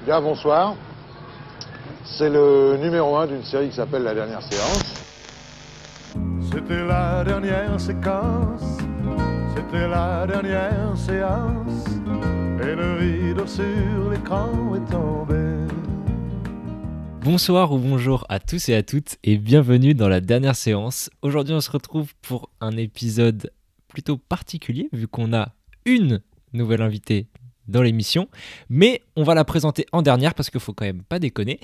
Bien, bonsoir. C'est le numéro 1 d'une série qui s'appelle La Dernière Séance. C'était la dernière séquence, c'était la dernière séance, et le rideau sur l'écran est tombé. Bonsoir ou bonjour à tous et à toutes et bienvenue dans La Dernière Séance. Aujourd'hui on se retrouve pour un épisode plutôt particulier vu qu'on a une nouvelle invitée dans l'émission, mais on va la présenter en dernière parce qu'il faut quand même pas déconner.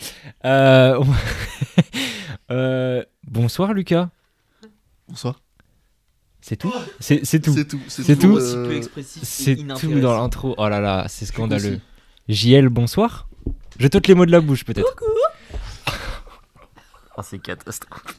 Bonsoir Lucas. Bonsoir. C'est tout. C'est tout. C'est tout. C'est tout. Aussi peu expressif. C'est tout inintéressant. dans l'intro. Oh là là, c'est scandaleux. JL, bonsoir. Je t'ôte les mots de la bouche peut-être. Coucou. Oh, c'est catastrophe.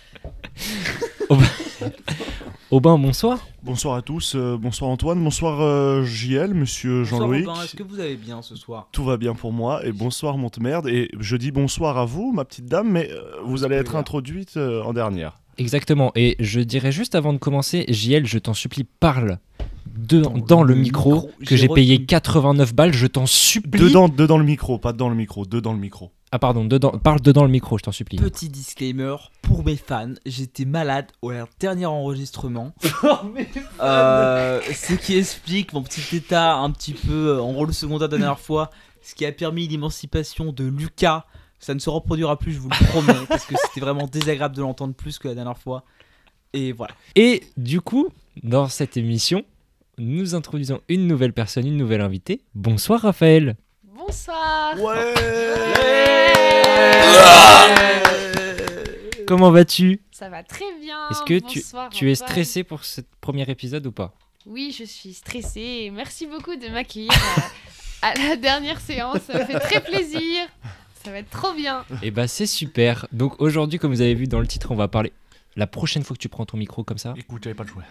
Aubin, bonsoir. Bonsoir à tous. Bonsoir Antoine. Bonsoir JL, monsieur Jean-Louis. Bonsoir, Robin. Est-ce que vous allez bien ce soir? Tout va bien pour moi. Et bonsoir Montemerde. Et je dis bonsoir à vous, ma petite dame, mais vous allez être introduite en dernière. Exactement. Et je dirais juste avant de commencer, JL, je t'en supplie, parle dans le micro que j'ai payé 89 balles. Je t'en supplie. Dedans le micro, pas dans le micro. Dedans le micro. Ah pardon, parle dedans le micro, je t'en supplie. Petit disclaimer pour mes fans, j'étais malade au dernier enregistrement. Ce qui explique mon petit état un petit peu en rôle secondaire la dernière fois, ce qui a permis l'émancipation de Lucas. Ça ne se reproduira plus, je vous le promets, parce que c'était vraiment désagréable de l'entendre plus que la dernière fois. Et voilà. Et du coup, dans cette émission, nous introduisons une nouvelle personne, une nouvelle invitée. Bonsoir Raphaël. Bonsoir. Ouais. Comment vas-tu? Ça va très bien. Est-ce que Bonsoir, tu es Antoine. stressé pour ce premier épisode ou pas? Oui, je suis stressée. Merci beaucoup de m'accueillir à la dernière séance. Ça me fait très plaisir. Ça va être trop bien. Eh bah c'est super. Donc aujourd'hui, comme vous avez vu dans le titre, on va parler... La prochaine fois que tu prends ton micro comme ça... Écoute, j'avais pas de jouet.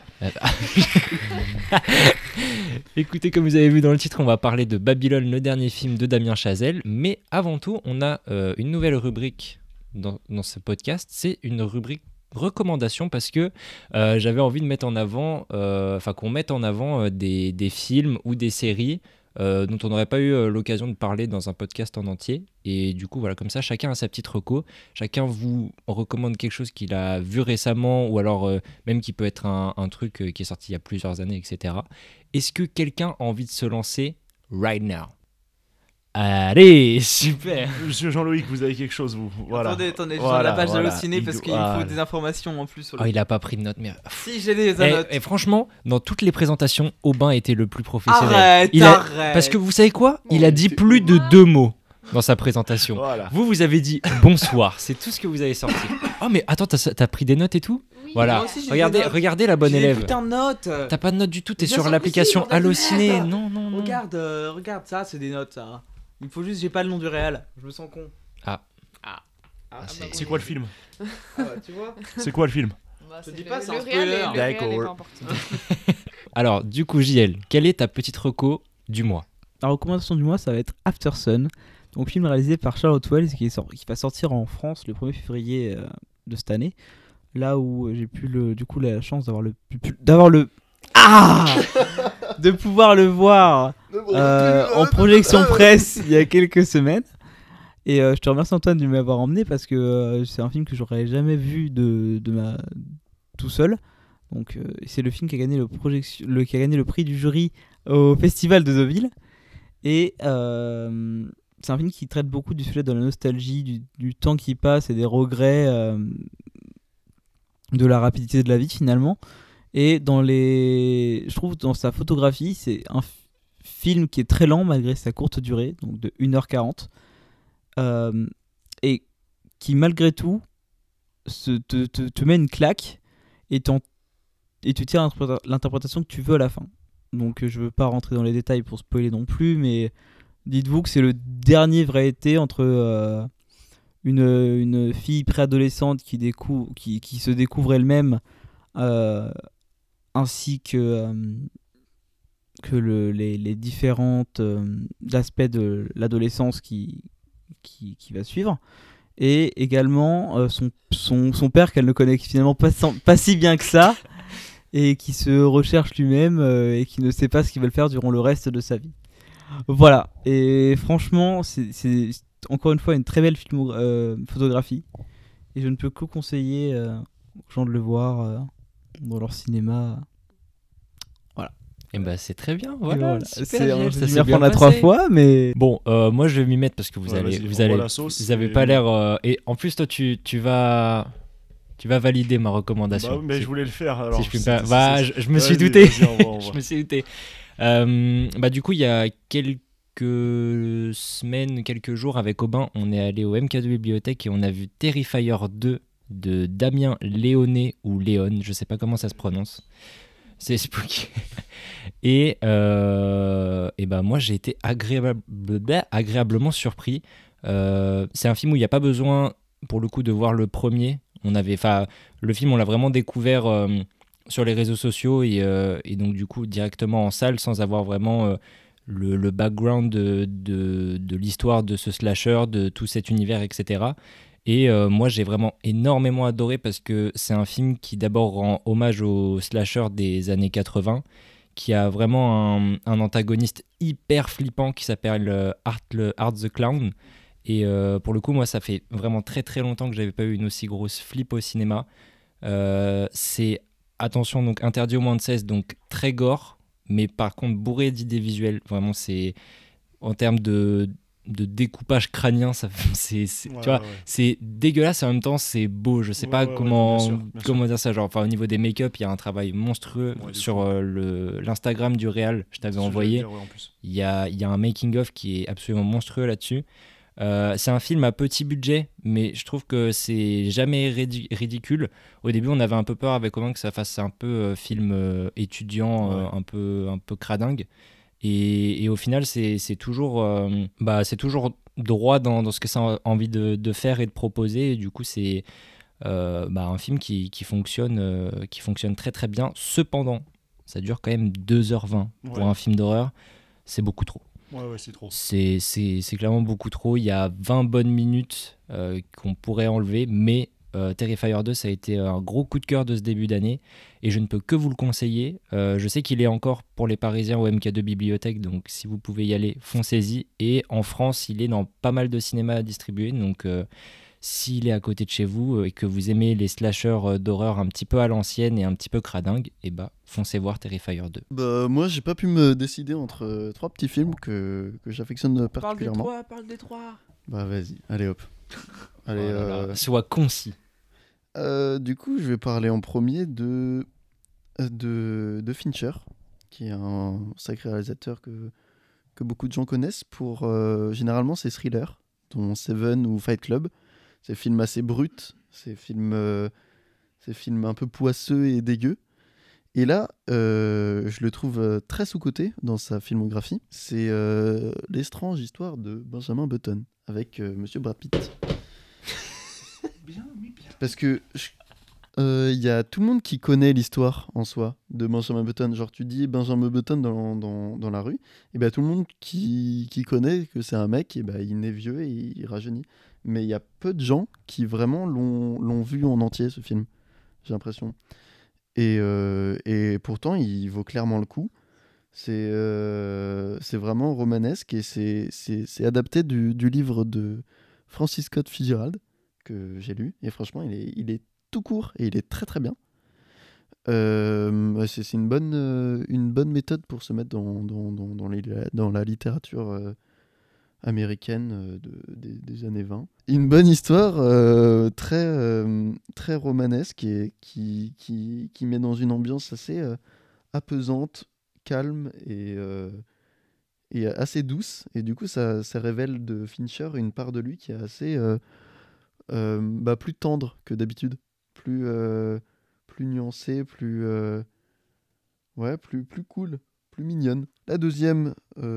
Écoutez, comme vous avez vu dans le titre, on va parler de Babylone, le dernier film de Damien Chazelle. Mais avant tout, on a une nouvelle rubrique dans ce podcast. C'est une rubrique recommandation parce que j'avais envie de mettre en avant, qu'on mette en avant des films ou des séries dont on n'aurait pas eu l'occasion de parler dans un podcast en entier. Et du coup, voilà, comme ça, chacun a sa petite reco. Chacun vous recommande quelque chose qu'il a vu récemment ou alors même qui peut être un truc qui est sorti il y a plusieurs années, etc. Est-ce que quelqu'un a envie de se lancer right now? Allez, super. Monsieur Jean-Louis, vous avez quelque chose, vous. Voilà. Attendez, je Voilà, dans la page voilà. d'halluciné parce qu'il Voilà. faut des informations en plus. Sur le... Oh, il a pas pris de notes, mais... Si, j'ai des notes. Et franchement, dans toutes les présentations, Aubin était le plus professionnel. Arrête. Parce que vous savez quoi? Il a dit plus de 2 mots dans sa présentation. Voilà. Vous avez dit bonsoir, c'est tout ce que vous avez sorti. Oh mais attends, t'as pris des notes et tout? Oui. Voilà, Moi aussi, j'ai des notes. regardez la bonne J'ai élève. des putains de notes. T'as pas de notes du tout, t'es Bien sur sûr que l'application si, bordel de Allociné. merde. Non. Regarde, ça, c'est des notes, ça. Il faut juste, j'ai pas le nom du réel. Je me sens con. C'est quoi le film? Ah bah, tu vois. C'est quoi le film? Bah, te c'est dis le- pas, c'est un le réel est- spoiler. le réel est D'accord. pas important. Alors, du coup, JL, quelle est ta petite reco du mois? La recommandation du mois, ça va être After Sun, donc film réalisé par Charlotte Wells qui va sortir en France le 1er février de cette année. Là où j'ai pu la chance de pouvoir le voir en projection presse il y a quelques semaines. Et je te remercie Antoine de m'avoir emmené parce que c'est un film que j'aurais jamais vu tout seul. Donc c'est le film qui a gagné qui a gagné le prix du jury au festival de Deauville. Et c'est un film qui traite beaucoup du sujet de la nostalgie, du temps qui passe et des regrets de la rapidité de la vie finalement. Et je trouve dans sa photographie, c'est un film qui est très lent malgré sa courte durée, donc de 1h40, et qui malgré tout te met une claque et tu tires l'interprétation que tu veux à la fin. Donc je veux pas rentrer dans les détails pour spoiler non plus, mais dites-vous que c'est le dernier vrai été entre une fille préadolescente qui se découvre elle-même, ainsi que les différentes aspects de l'adolescence qui va suivre, et également son père qu'elle ne connaît finalement pas si bien que ça, et qui se recherche lui-même et qui ne sait pas ce qu'il veut faire durant le reste de sa vie. Voilà, et franchement, c'est encore une fois une très belle photographie. Et je ne peux que conseiller aux gens de le voir dans leur cinéma. Et bah c'est très bien, Et voilà. c'est Super, Gilles, ça s'est bien bien prendre à 3 passé. fois, mais Bon, moi je vais m'y mettre parce que vous Ouais, allez, vas-y, vous envoie allez, la sauce vous avez et- pas l'air. Et en plus toi tu vas valider ma recommandation. Bah, mais Si- je voulais le faire. Alors, si je puis me c'est- permettre. c'est- Bah, c'est- je me suis Vas-y, douté. vas-y, envoie. Je me suis douté. Bah du coup il y a quelques semaines, quelques jours avec Aubin, on est allé au MK2 Bibliothèque et on a vu Terrifier 2 de Damien Léoné ou Léon, je sais pas comment ça se prononce. C'est spooky. Et bah moi j'ai été agréablement surpris. C'est un film où il n'y a pas besoin pour le coup de voir le premier. Le film on l'a vraiment découvert sur les réseaux sociaux et donc du coup directement en salle sans avoir vraiment le background de l'histoire de ce slasher, de tout cet univers, etc. Et moi j'ai vraiment énormément adoré parce que c'est un film qui d'abord rend hommage au slasher des années 80, qui a vraiment un antagoniste hyper flippant qui s'appelle Art the Clown. Et pour le coup, moi, ça fait vraiment très très longtemps que j'avais pas eu une aussi grosse flip au cinéma. C'est, attention, donc interdit au moins de 16, donc très gore, mais par contre bourré d'idées visuelles. Vraiment, c'est en termes de découpage crânien, Ouais, tu vois, ouais. c'est dégueulasse et en même temps c'est beau. Je sais Ouais, pas ouais, comment, bien sûr, bien sûr. comment dire ça. Genre, enfin, au niveau des make-up, il y a un travail monstrueux Ouais, de sur fou. l'Instagram du réal. Je t'avais envoyé. Ouais, en plus. Il y a un making-of qui est absolument monstrueux là-dessus. C'est un film à petit budget, mais je trouve que c'est jamais ridicule. Au début, on avait un peu peur avec Romain que ça fasse un peu film étudiant, Ouais. un peu cradingue. Et au final, c'est toujours droit dans ce que ça a envie de faire et de proposer. Et du coup, c'est un film qui fonctionne très très bien. Cependant, ça dure quand même 2h20 pour Ouais. un film d'horreur. C'est beaucoup trop. Ouais, c'est trop. C'est clairement beaucoup trop. Il y a 20 bonnes minutes qu'on pourrait enlever, mais Terrifier 2, ça a été un gros coup de cœur de ce début d'année et je ne peux que vous le conseiller. Je sais qu'il est encore pour les Parisiens au MK2 Bibliothèque, donc si vous pouvez y aller, foncez-y. Et en France, il est dans pas mal de cinémas à distribuer, donc s'il est à côté de chez vous et que vous aimez les slashers d'horreur un petit peu à l'ancienne et un petit peu cradingue, et bah foncez voir Terrifier 2. Bah, moi, j'ai pas pu me décider entre trois petits films que j'affectionne Parle particulièrement. des trois. Bah, vas-y, allez hop. Allez, Oh là là, sois concis. du coup, je vais parler en premier de Fincher, qui est un sacré réalisateur que beaucoup de gens connaissent pour généralement ses thrillers, dont Seven ou Fight Club. Ces films assez bruts, ces films un peu poisseux et dégueux. Et là, je le trouve très sous-coté dans sa filmographie. C'est l'étrange histoire de Benjamin Button avec Monsieur Brad Pitt. Parce que il y a tout le monde qui connaît l'histoire en soi de Benjamin Button. Genre, tu dis Benjamin Button dans la rue, et ben tout le monde qui connaît que c'est un mec, et ben il naît vieux et il rajeunit. Mais il y a peu de gens qui vraiment l'ont vu en entier, ce film, j'ai l'impression. Et pourtant, il vaut clairement le coup. C'est vraiment romanesque et c'est adapté du livre de Francis Scott Fitzgerald que j'ai lu. Et franchement, il est tout court et il est très très bien. C'est une bonne méthode pour se mettre dans la littérature américaine des années 20. Une bonne histoire très romanesque et qui met dans une ambiance assez apaisante, calme et assez douce. Et du coup, ça révèle de Fincher une part de lui qui est assez plus tendre que d'habitude, plus nuancée, plus cool, plus mignonne. La deuxième,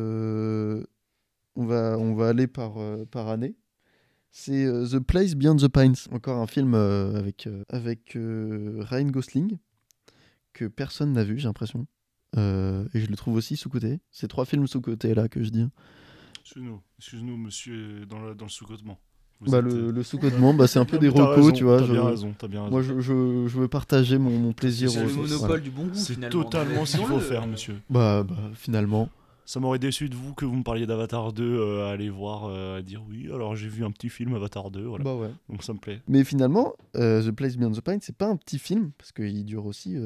on va aller par année. C'est The Place Beyond the Pines. Encore un film avec Ryan Gosling que personne n'a vu, j'ai l'impression. Et je le trouve aussi sous-coté. C'est 3 films sous-cotés là que je dis. Excuse-nous, monsieur, dans le sous-cotement. Le sous-cotement, c'est un peu des T'as recos, raison, tu vois. T'as bien raison. Moi, je veux partager mon plaisir. C'est le monopole Voilà. du bon goût, C'est finalement. totalement ce qu'il faut Disons-le. faire, monsieur. Finalement. Ça m'aurait déçu de vous que vous me parliez d'Avatar 2 à aller voir, à dire oui, alors j'ai vu un petit film Avatar 2, voilà. Bah ouais. Donc ça me plaît. Mais finalement, The Place Beyond the Pines, c'est pas un petit film, parce qu'il dure aussi.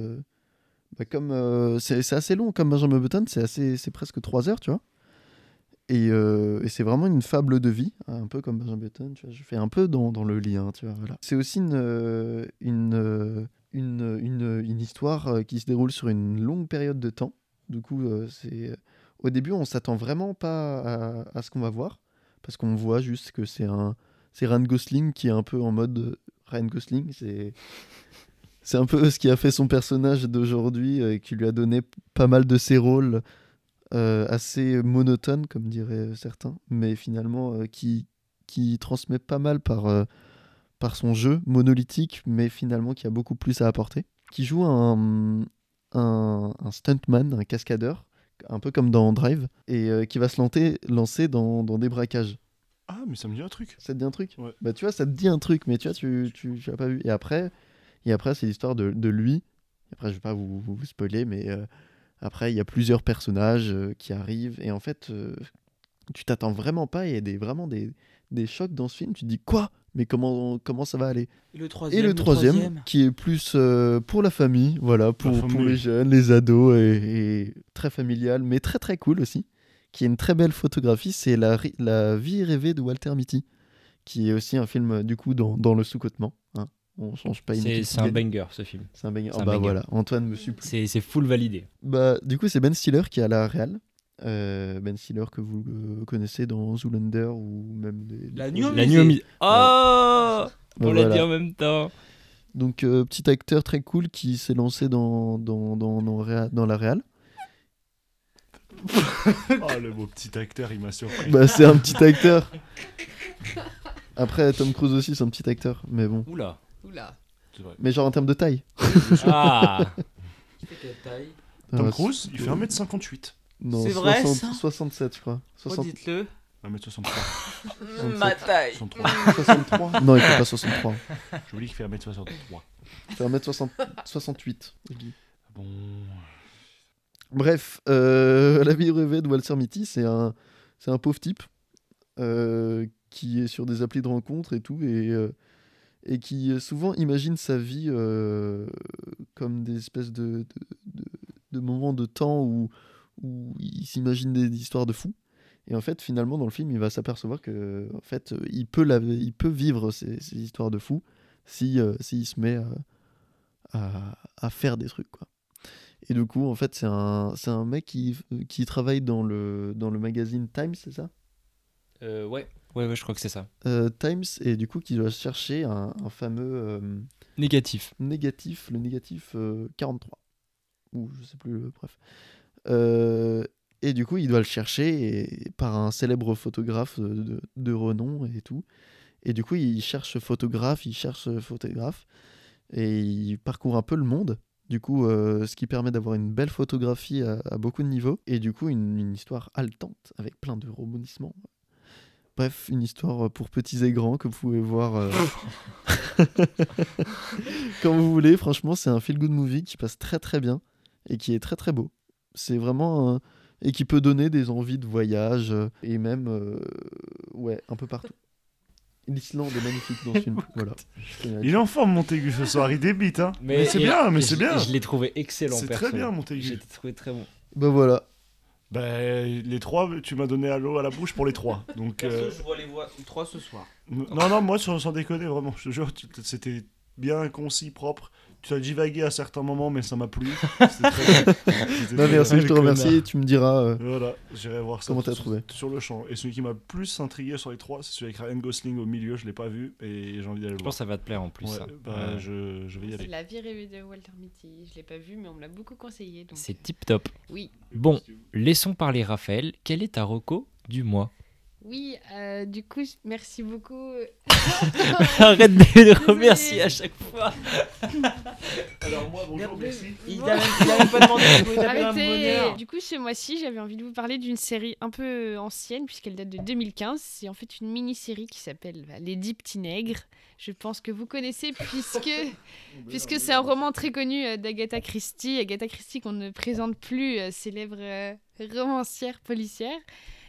C'est assez long, comme Benjamin Button, c'est presque 3 heures, tu vois. Et c'est vraiment une fable de vie, un peu comme Benjamin Button, tu vois. Je fais un peu dans le lien, tu vois. Voilà. C'est aussi une histoire qui se déroule sur une longue période de temps. Du coup, au début, on s'attend vraiment pas à ce qu'on va voir, parce qu'on voit juste que c'est Ryan Gosling qui est un peu en mode Ryan Gosling. C'est un peu ce qui a fait son personnage d'aujourd'hui et qui lui a donné pas mal de ses rôles assez monotones, comme diraient certains, mais finalement qui transmet pas mal par son jeu monolithique, mais finalement qui a beaucoup plus à apporter. Qui joue un stuntman, un cascadeur, un peu comme dans Drive, et qui va se lancer dans des braquages. Ah, mais ça me dit un truc. Ça te dit un truc? Ouais. Bah tu vois, ça te dit un truc, mais tu vois, tu l'as pas vu. Et après c'est l'histoire de lui. Après, je vais pas vous spoiler, mais après, il y a plusieurs personnages qui arrivent. Et en fait, tu t'attends vraiment pas. Il y a vraiment des chocs dans ce film. Tu te dis quoi? Mais comment ça va aller? Et le Et le troisième, qui est plus pour la famille, voilà, pour famille. les jeunes, les ados, et très familial, mais très très cool aussi. Qui est une très belle photographie. C'est la vie rêvée de Walter Mitty, qui est aussi un film du coup dans le sous-cotement. Hein. On change pas une C'est un banger ce film. C'est un banger. C'est un Bah banger. voilà, Antoine me supplée. C'est full validé. Bah du coup c'est Ben Stiller qui est à la réal. Ben Stiller que vous connaissez dans Zoolander ou même La nuit au La musée. nuit au musée. Oh Bah, On l'a voilà. dit en même temps. Donc petit acteur très cool qui s'est lancé dans la réal. Oh, le beau petit acteur, il m'a surpris. Bah c'est un petit acteur. Après Tom Cruise aussi c'est un petit acteur, mais bon. Oula. Oula. C'est vrai. Mais genre en termes de taille. Ah Quelle taille? Tom Euh, Cruise, il fait 1m58. Non, C'est vrai, 60, ça 67 je crois. 60, Dites-le. 1m63. Ma taille. 63. 63. Non il fait pas 63. Je vous dis qu'il fait 1m63. Il fait 1m68. Je dis. Bon. Bref, la vie rêvée de Walter Mitty, c'est un pauvre type qui est sur des applis de rencontres et tout, et qui souvent imagine sa vie comme des espèces de moments de temps où il s'imagine des histoires de fous. Et en fait, finalement, dans le film, il va s'apercevoir que en fait, il peut vivre ces histoires de fous s'il se met à faire des trucs, quoi. Et du coup, en fait, c'est un mec qui travaille dans le magazine Times, c'est ça? Ouais, je crois que c'est ça. Times, et du coup, qui doit chercher un fameux Négatif. négatif, le négatif 43. Ou je sais plus, bref. Et du coup, il doit le chercher par un célèbre photographe de renom et tout. Et du coup, il cherche ce photographe, et il parcourt un peu le monde. Du coup, ce qui permet d'avoir une belle photographie à beaucoup de niveaux. Et du coup, une histoire haletante, avec plein de rebondissements. Bref, une histoire pour petits et grands que vous pouvez voir quand vous voulez. Franchement, c'est un feel-good movie qui passe très très bien et qui est très très beau. C'est vraiment... et qui peut donner des envies de voyage et même un peu partout. L'Islande est magnifique dans ce film. Voilà. Il est en forme, Montaigu, ce soir. Il débite, hein. Mais c'est bien, mais c'est bien. Je l'ai trouvé excellent, C'est perso. très bien, Montaigu. J'ai trouvé très bon. Bah voilà. Bah, les trois, tu m'as donné à l'eau à la bouche pour les trois. Donc, Je vois les 3 ce soir. non, moi, sans déconner, vraiment, je te jure, c'était bien concis, propre. Tu as divagué à certains moments, mais ça m'a plu. C'était très bien. C'était Non, très merci, bien. je te remercie et tu me diras Voilà, j'irai voir ça. comment t'as trouvé. Sur le champ. Et celui qui m'a le plus intrigué sur les trois, c'est celui avec Ryan Gosling au milieu. Je l'ai pas vu et j'ai envie d'aller le Je pense voir. que ça va te plaire en plus. Ouais, ça. bah, je vais y C'est aller. la vie rêvée de Walter Mitty. Je l'ai pas vu, mais on me l'a beaucoup conseillé. Donc... C'est tip top. Oui. Bon, laissons parler Raphaël. Quel est ta reco du mois? Oui, du coup, merci beaucoup. Arrête de le remercier à chaque fois. Alors moi, bonjour, merci. Il a même pas demandé si vous voulez taper un Arrêtez. bonheur. Du coup, chez moi ci, j'avais envie de vous parler d'une série un peu ancienne, puisqu'elle date de 2015. C'est en fait une mini-série qui s'appelle Les 10 petits nègres. Je pense que vous connaissez, puisque c'est un roman très connu d'Agatha Christie. Agatha Christie qu'on ne présente plus, célèbre romancière policière.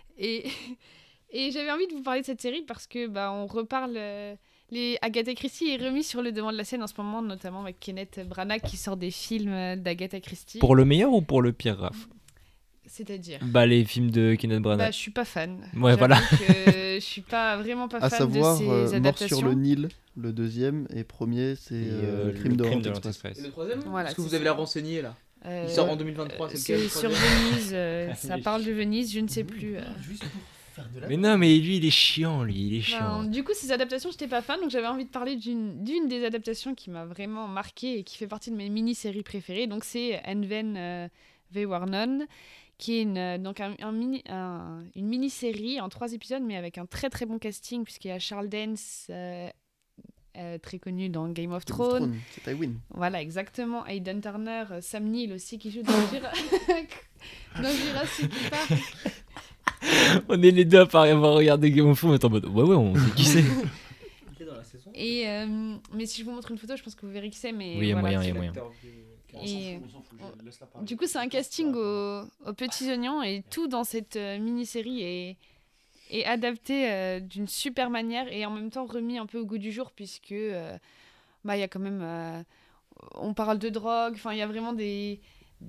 Et j'avais envie de vous parler de cette série parce que on reparle. Agatha Christie est remis sur le devant de la scène en ce moment, notamment avec Kenneth Branagh qui sort des films d'Agatha Christie. Pour le meilleur ou pour le pire, Raph? C'est-à-dire Les films de Kenneth Branagh. Je suis pas fan. Ouais, J'avoue voilà. que je suis vraiment pas À fan savoir, de ces Mort adaptations. sur le Nil, le deuxième, et premier, c'est Crime de Orient Express. Et le troisième Voilà, Est-ce que c'est vous avez ça. la renseigné là Euh, Il sort en 2023, c'est c'est lequel le sur troisième Venise, ça parle de Venise, je ne sais plus. Juste pour faire de la. Mais non, mais lui, il est chiant, lui. Il est Ben, chiant. du coup, ces adaptations, j'étais pas fan, donc j'avais envie de parler d'une des adaptations qui m'a vraiment marquée et qui fait partie de mes mini-séries préférées. Donc, c'est Enven Vernon, qui est une mini-série en 3 épisodes, mais avec un très très bon casting, puisqu'il y a Charles Dance, très connu dans Game of Thrones. C'est Tywin. Voilà, exactement. Aidan Turner, Sam Neill aussi, qui joue dans, dans Jurassic Park. On est les deux à pas avoir regardé Game of Thrones, on est en mode ouais, on sait qui c'est. Il est dans la saison. Et, mais si je vous montre une photo, je pense que vous verrez qui c'est. Mais Oui, il y a voilà, moyen, il y a c'est- moyen. Et- On s'en fout, je laisse la parole. Du coup, c'est un casting aux petits oignons et tout dans cette mini-série est adapté d'une super manière et en même temps remis un peu au goût du jour puisque il y a quand même on parle de drogue, enfin il y a vraiment des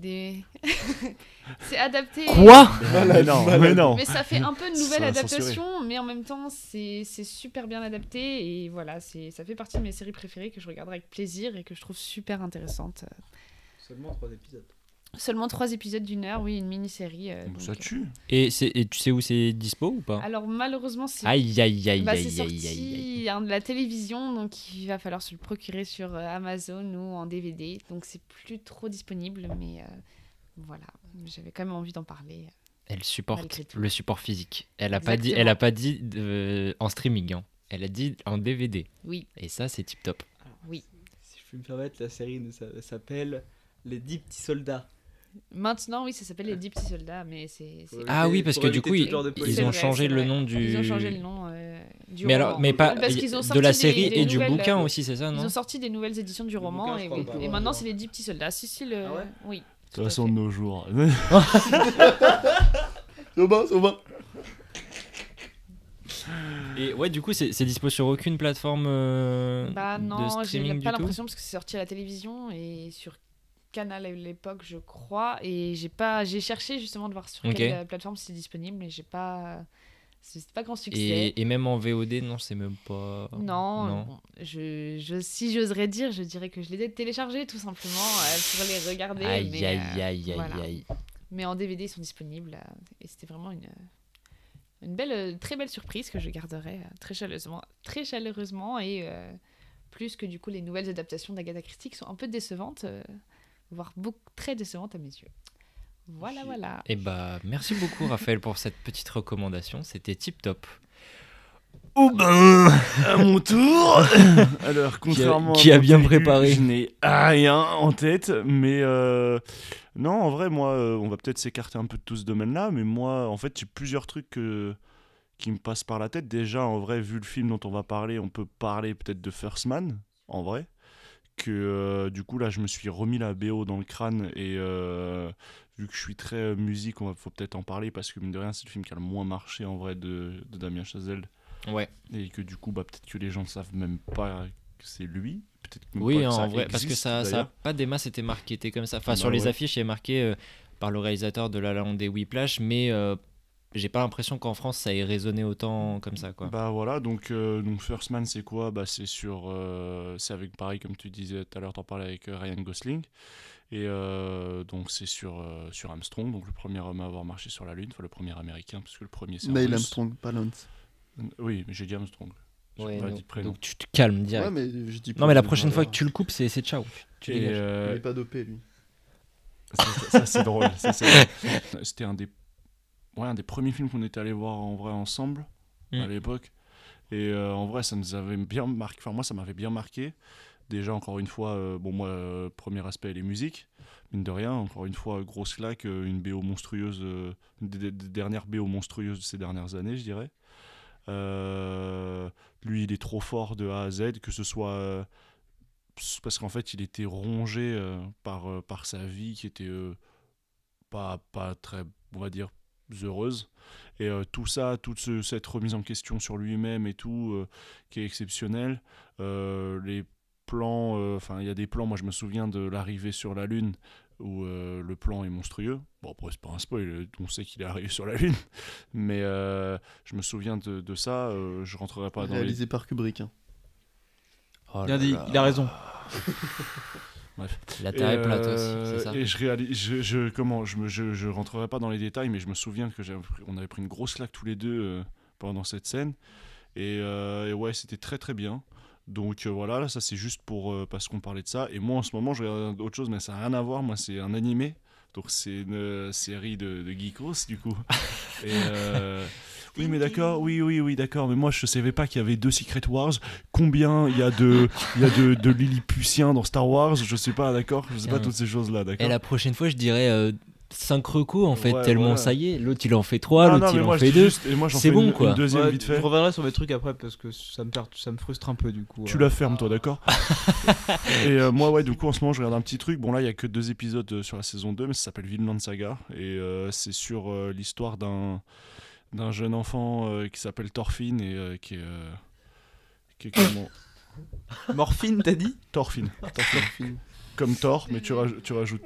c'est adapté. Quoi? Mais non. Mais ça fait un peu de nouvelle Ça va censurer. adaptation, mais en même temps c'est super bien adapté et voilà, ça fait partie de mes séries préférées que je regarderai avec plaisir et que je trouve super intéressante. Seulement 3 épisodes. Seulement 3 épisodes d'1 heure, oui, une mini-série. Ça tue. Et tu sais où c'est dispo ou pas? Alors malheureusement, c'est Aïe, aïe, aïe, c'est aïe, aïe, sorti aïe, aïe. de la télévision, donc il va falloir se le procurer sur Amazon ou en DVD. Donc c'est plus trop disponible, mais voilà, j'avais quand même envie d'en parler. Elle supporte Malgré tout. le support physique. Elle a Exactement. pas dit en streaming, hein. Elle a dit en DVD. Oui, Et ça, c'est tip top. oui. Si je peux me permettre, la série s'appelle Les 10 petits soldats. Maintenant, oui, ça s'appelle Les 10 petits soldats, mais Ouais. Ah oui, parce Pour que du éviter coup, tout genre de ils politique. ont C'est vrai, changé c'est le vrai. nom du. Ils ont changé le nom du Mais roman. alors, mais pas Parce qu'ils ont de sorti la des- série des et du nouvelles, bouquin aussi, c'est ça, Ils non? ont sorti des nouvelles éditions du roman bouquin, je et, crois oui. pas, Et ouais. maintenant c'est Les 10 petits soldats. Si, Ah ouais oui. De toute tout à façon, fait. de nos jours. Ça va. Et ouais, du coup, c'est dispo sur aucune plateforme Bah de non, j'ai streaming du pas tout. l'impression parce que c'est sorti à la télévision et sur Canal à l'époque, je crois. Et j'ai cherché justement de voir sur Ok. quelle plateforme c'est disponible, mais c'est pas grand succès. Et même en VOD, non, c'est même pas. Non, bon, si j'oserais dire, je dirais que je l'ai téléchargé tout simplement pour les regarder. Aïe, mais, aïe, aïe, aïe, voilà. aïe. Mais en DVD, ils sont disponibles. Et c'était vraiment une belle, très belle surprise que je garderai très chaleureusement. Et plus que du coup, les nouvelles adaptations d'Agatha Christie qui sont un peu décevantes, voire très décevantes à mes yeux. Voilà. Et bah, merci beaucoup, Raphaël, pour cette petite recommandation. C'était tip top. Oh ben, à mon tour. Alors, contrairement qui a à mon bien début, préparé. je n'ai rien en tête, mais non, en vrai, moi, on va peut-être s'écarter un peu de tout ce domaine-là, mais moi, en fait, j'ai plusieurs trucs qui me passent par la tête. Déjà, en vrai, vu le film dont on va parler, on peut parler peut-être de First Man, en vrai. Que du coup, là, je me suis remis la BO dans le crâne et vu que je suis très musique, faut peut-être en parler parce que, mine de rien, c'est le film qui a le moins marché en vrai de Damien Chazelle. Ouais. Et que du coup, peut-être que les gens ne savent même pas que c'est lui. Peut-être même Oui, pas que ça en vrai, parce que existe, ça a d'ailleurs. pas des masses été marketé comme ça. Enfin, Bah sur les ouais. affiches, il est marqué par le réalisateur de La La Land et Whiplash, mais j'ai pas l'impression qu'en France ça ait résonné autant comme ça, quoi. Bah voilà, donc First Man, c'est quoi? Bah c'est c'est avec, pareil, comme tu disais tout à l'heure, t'en parlais avec Ryan Gosling. Et donc c'est sur Armstrong, donc le premier homme à avoir marché sur la Lune, enfin le premier américain, parce que le premier c'est un Neil Russe. Armstrong, pas Lance. Oui, mais j'ai dit Armstrong. J'ai Ouais, pas donc, dit prénom. donc tu te calmes direct. Ouais, mais je dis Non, mais la pas- prochaine fois voilà. que tu le coupes, c'est ciao. Tu Et, dégages. Il est pas dopé, lui. ça, c'est drôle. C'était un des premiers films qu'on était allé voir en vrai ensemble. à l'époque. Et en vrai, ça nous avait bien marqué. Enfin, moi, ça m'avait bien marqué. Déjà, encore une fois, premier aspect, les musiques. Mine de rien, encore une fois, grosse claque, une BO monstrueuse, une des dernières BO monstrueuses de ces dernières années, je dirais. Lui, il est trop fort de A à Z, que ce soit parce qu'en fait, il était rongé par sa vie qui était pas très, on va dire, heureuse. Et tout ça, cette remise en question sur lui-même et tout, qui est exceptionnel. Les plans, il y a des plans, moi je me souviens de l'arrivée sur la Lune, où le plan est monstrueux. Bon, après, c'est pas un spoil, on sait qu'il est arrivé sur la Lune. Mais je me souviens de ça, je rentrerai pas dans les... Réalisé par Kubrick. Hein. Oh Bien là dit, là. il a raison. La terre est plate aussi, c'est ça. Et je rentrerai pas dans les détails, mais je me souviens qu'on avait pris une grosse claque tous les deux pendant cette scène. Et ouais, c'était très très bien. Donc voilà, là, ça c'est juste parce qu'on parlait de ça. Et moi en ce moment, je regarde autre chose, mais ça n'a rien à voir. Moi, c'est un animé. Donc c'est une série de geekos du coup. Et oui, mais d'accord, oui, d'accord. Mais moi, je savais pas qu'il y avait 2 Secret Wars. Combien il y a de Lilliputiens dans Star Wars? Je sais pas, d'accord. Je sais pas toutes ces choses-là, d'accord. Et la prochaine fois, je dirais 5 recos en fait, Ouais, tellement voilà. ça y est. L'autre il en fait 3, l'autre il en fait 2. Et moi, j'en C'est fais bon, quoi. une deuxième Ouais, vite fait. je reviendrai sur mes trucs après parce que ça me frustre un peu du coup. Tu la fermes, toi, d'accord. Et moi, ouais, du coup, en ce moment, je regarde un petit truc. Bon, là, il y a que 2 épisodes sur la saison 2, mais ça s'appelle Vinland Saga. Et c'est sur l'histoire d'un jeune enfant qui s'appelle Thorfinn et qui est comment... Morphine, t'as dit? Thorfinn. Comme Thor, mais tu rajoutes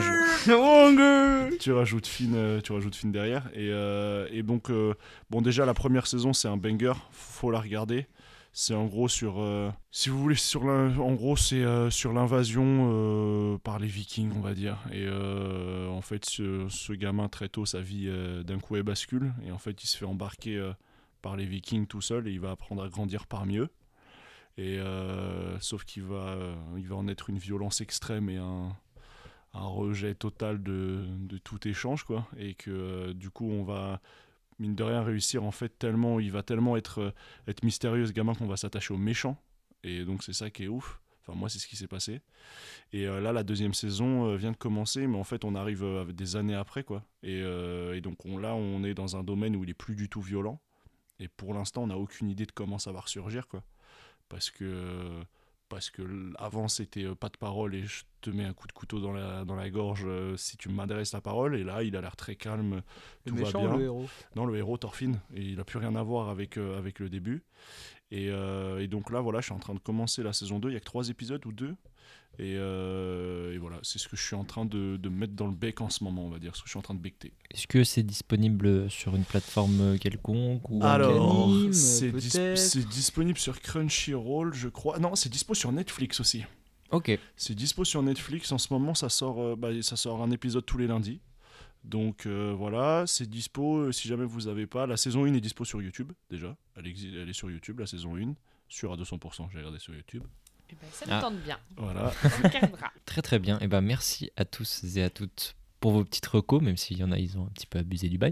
Finn derrière. Et donc, bon, déjà, la première saison, c'est un banger. Faut la regarder. C'est en gros si vous voulez, en gros, c'est sur l'invasion par les Vikings, on va dire. Et en fait, ce gamin, très tôt, sa vie, d'un coup, elle bascule. Et en fait, il se fait embarquer par les Vikings tout seul et il va apprendre à grandir parmi eux. Et sauf qu'il va en être une violence extrême et un rejet total de tout échange, quoi. Et que du coup, on va, mine de rien, réussir, en fait, il va tellement être mystérieux, ce gamin, qu'on va s'attacher aux méchants. Et donc, c'est ça qui est ouf. Enfin, moi, c'est ce qui s'est passé. Et là, la deuxième saison vient de commencer, mais en fait, on arrive des années après, quoi. Et donc, on est dans un domaine où il est plus du tout violent. Et pour l'instant, on n'a aucune idée de comment ça va ressurgir, quoi. Parce que avant c'était pas de parole et je te mets un coup de couteau dans la gorge si tu m'adresses la parole. Et là, il a l'air très calme, tout va bien. Le héros. Non, le héros Thorfinn, et il a plus rien à voir avec le début. Et donc là, voilà, je suis en train de commencer la saison 2. Il y a que 3 épisodes ou 2. Et voilà, c'est ce que je suis en train de mettre dans le bec en ce moment, on va dire, ce que je suis en train de becter. Est-ce que c'est disponible sur une plateforme quelconque ou Alors, anime, c'est peut-être. disponible sur Crunchyroll, je crois. Non, c'est dispo sur Netflix aussi. Ok. C'est dispo sur Netflix en ce moment, ça sort un épisode tous les lundis. Donc voilà, c'est dispo si jamais vous avez pas. La saison 1 est dispo sur YouTube déjà. Elle est sur YouTube, la saison 1, sûre à 200%, j'ai regardé sur YouTube. Eh ben, ça me tente bien. Voilà. On regardera. Très très bien. Et ben merci à tous et à toutes pour vos petites recos, même s'il y en a, ils ont un petit peu abusé du bail.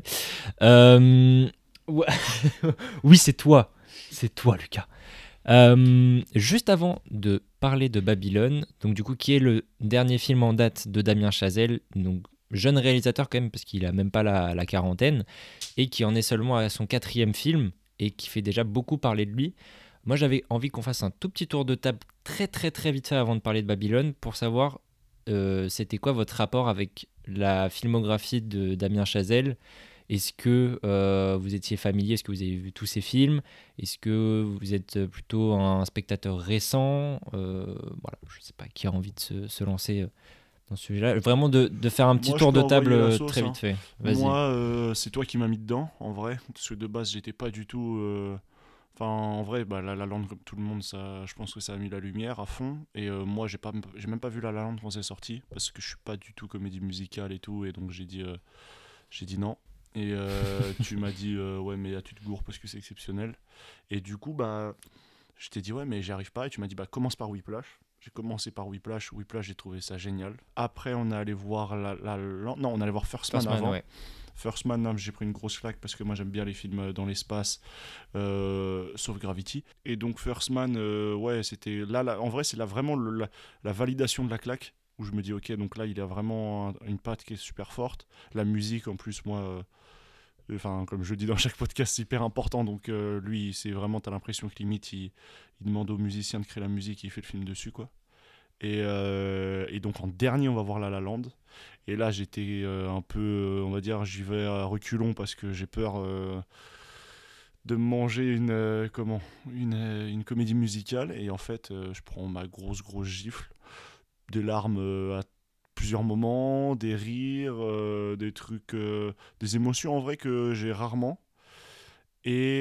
Ouais. Oui, c'est toi, Lucas. Juste avant de parler de Babylone, donc du coup, qui est le dernier film en date de Damien Chazelle, donc jeune réalisateur quand même, parce qu'il a même pas la quarantaine, et qui en est seulement à son 4e film, et qui fait déjà beaucoup parler de lui. Moi, j'avais envie qu'on fasse un tout petit tour de table très très très vite fait avant de parler de Babylone, pour savoir c'était quoi votre rapport avec la filmographie de Damien Chazelle. Est-ce que vous étiez familier? Est-ce que vous avez vu tous ces films? Est-ce que vous êtes plutôt un spectateur récent? Voilà, je ne sais pas qui a envie de se lancer dans ce sujet-là. Vraiment de faire un petit Moi, tour je peux de table envoyer la sauce, très hein. vite fait. Vas-y. Moi, c'est toi qui m'as mis dedans, en vrai. Parce que de base, j'étais pas du tout... Enfin, en vrai, La La Land, comme tout le monde, ça, je pense que ça a mis la lumière à fond. Et moi, j'ai même pas vu La La Land quand c'est sorti, parce que je suis pas du tout comédie musicale et tout. Et donc, j'ai dit non. Et tu m'as dit ouais, mais là tu te gourres parce que c'est exceptionnel. Et du coup, je t'ai dit ouais, mais j'y arrive pas. Et tu m'as dit commence par Whiplash. J'ai commencé par Whiplash. Whiplash, j'ai trouvé ça génial. Après, on est allé voir on allait voir First Man avant. Ouais. First Man, j'ai pris une grosse claque parce que moi j'aime bien les films dans l'espace, sauf Gravity. Et donc First Man, ouais, c'était là, en vrai, c'est là vraiment la validation de la claque où je me dis, ok, donc là il a vraiment une patte qui est super forte. La musique, en plus, moi. Enfin, comme je le dis dans chaque podcast, c'est hyper important. Donc, lui, c'est vraiment, t'as l'impression que limite, il demande aux musiciens de créer la musique et il fait le film dessus, quoi. Et donc, en dernier, on va voir La La Land. Et là, j'étais un peu, on va dire, j'y vais à reculons parce que j'ai peur de me manger une comédie musicale. Et en fait, je prends ma grosse gifle, des larmes à plusieurs moments, des rires, des trucs, des émotions en vrai que j'ai rarement. Et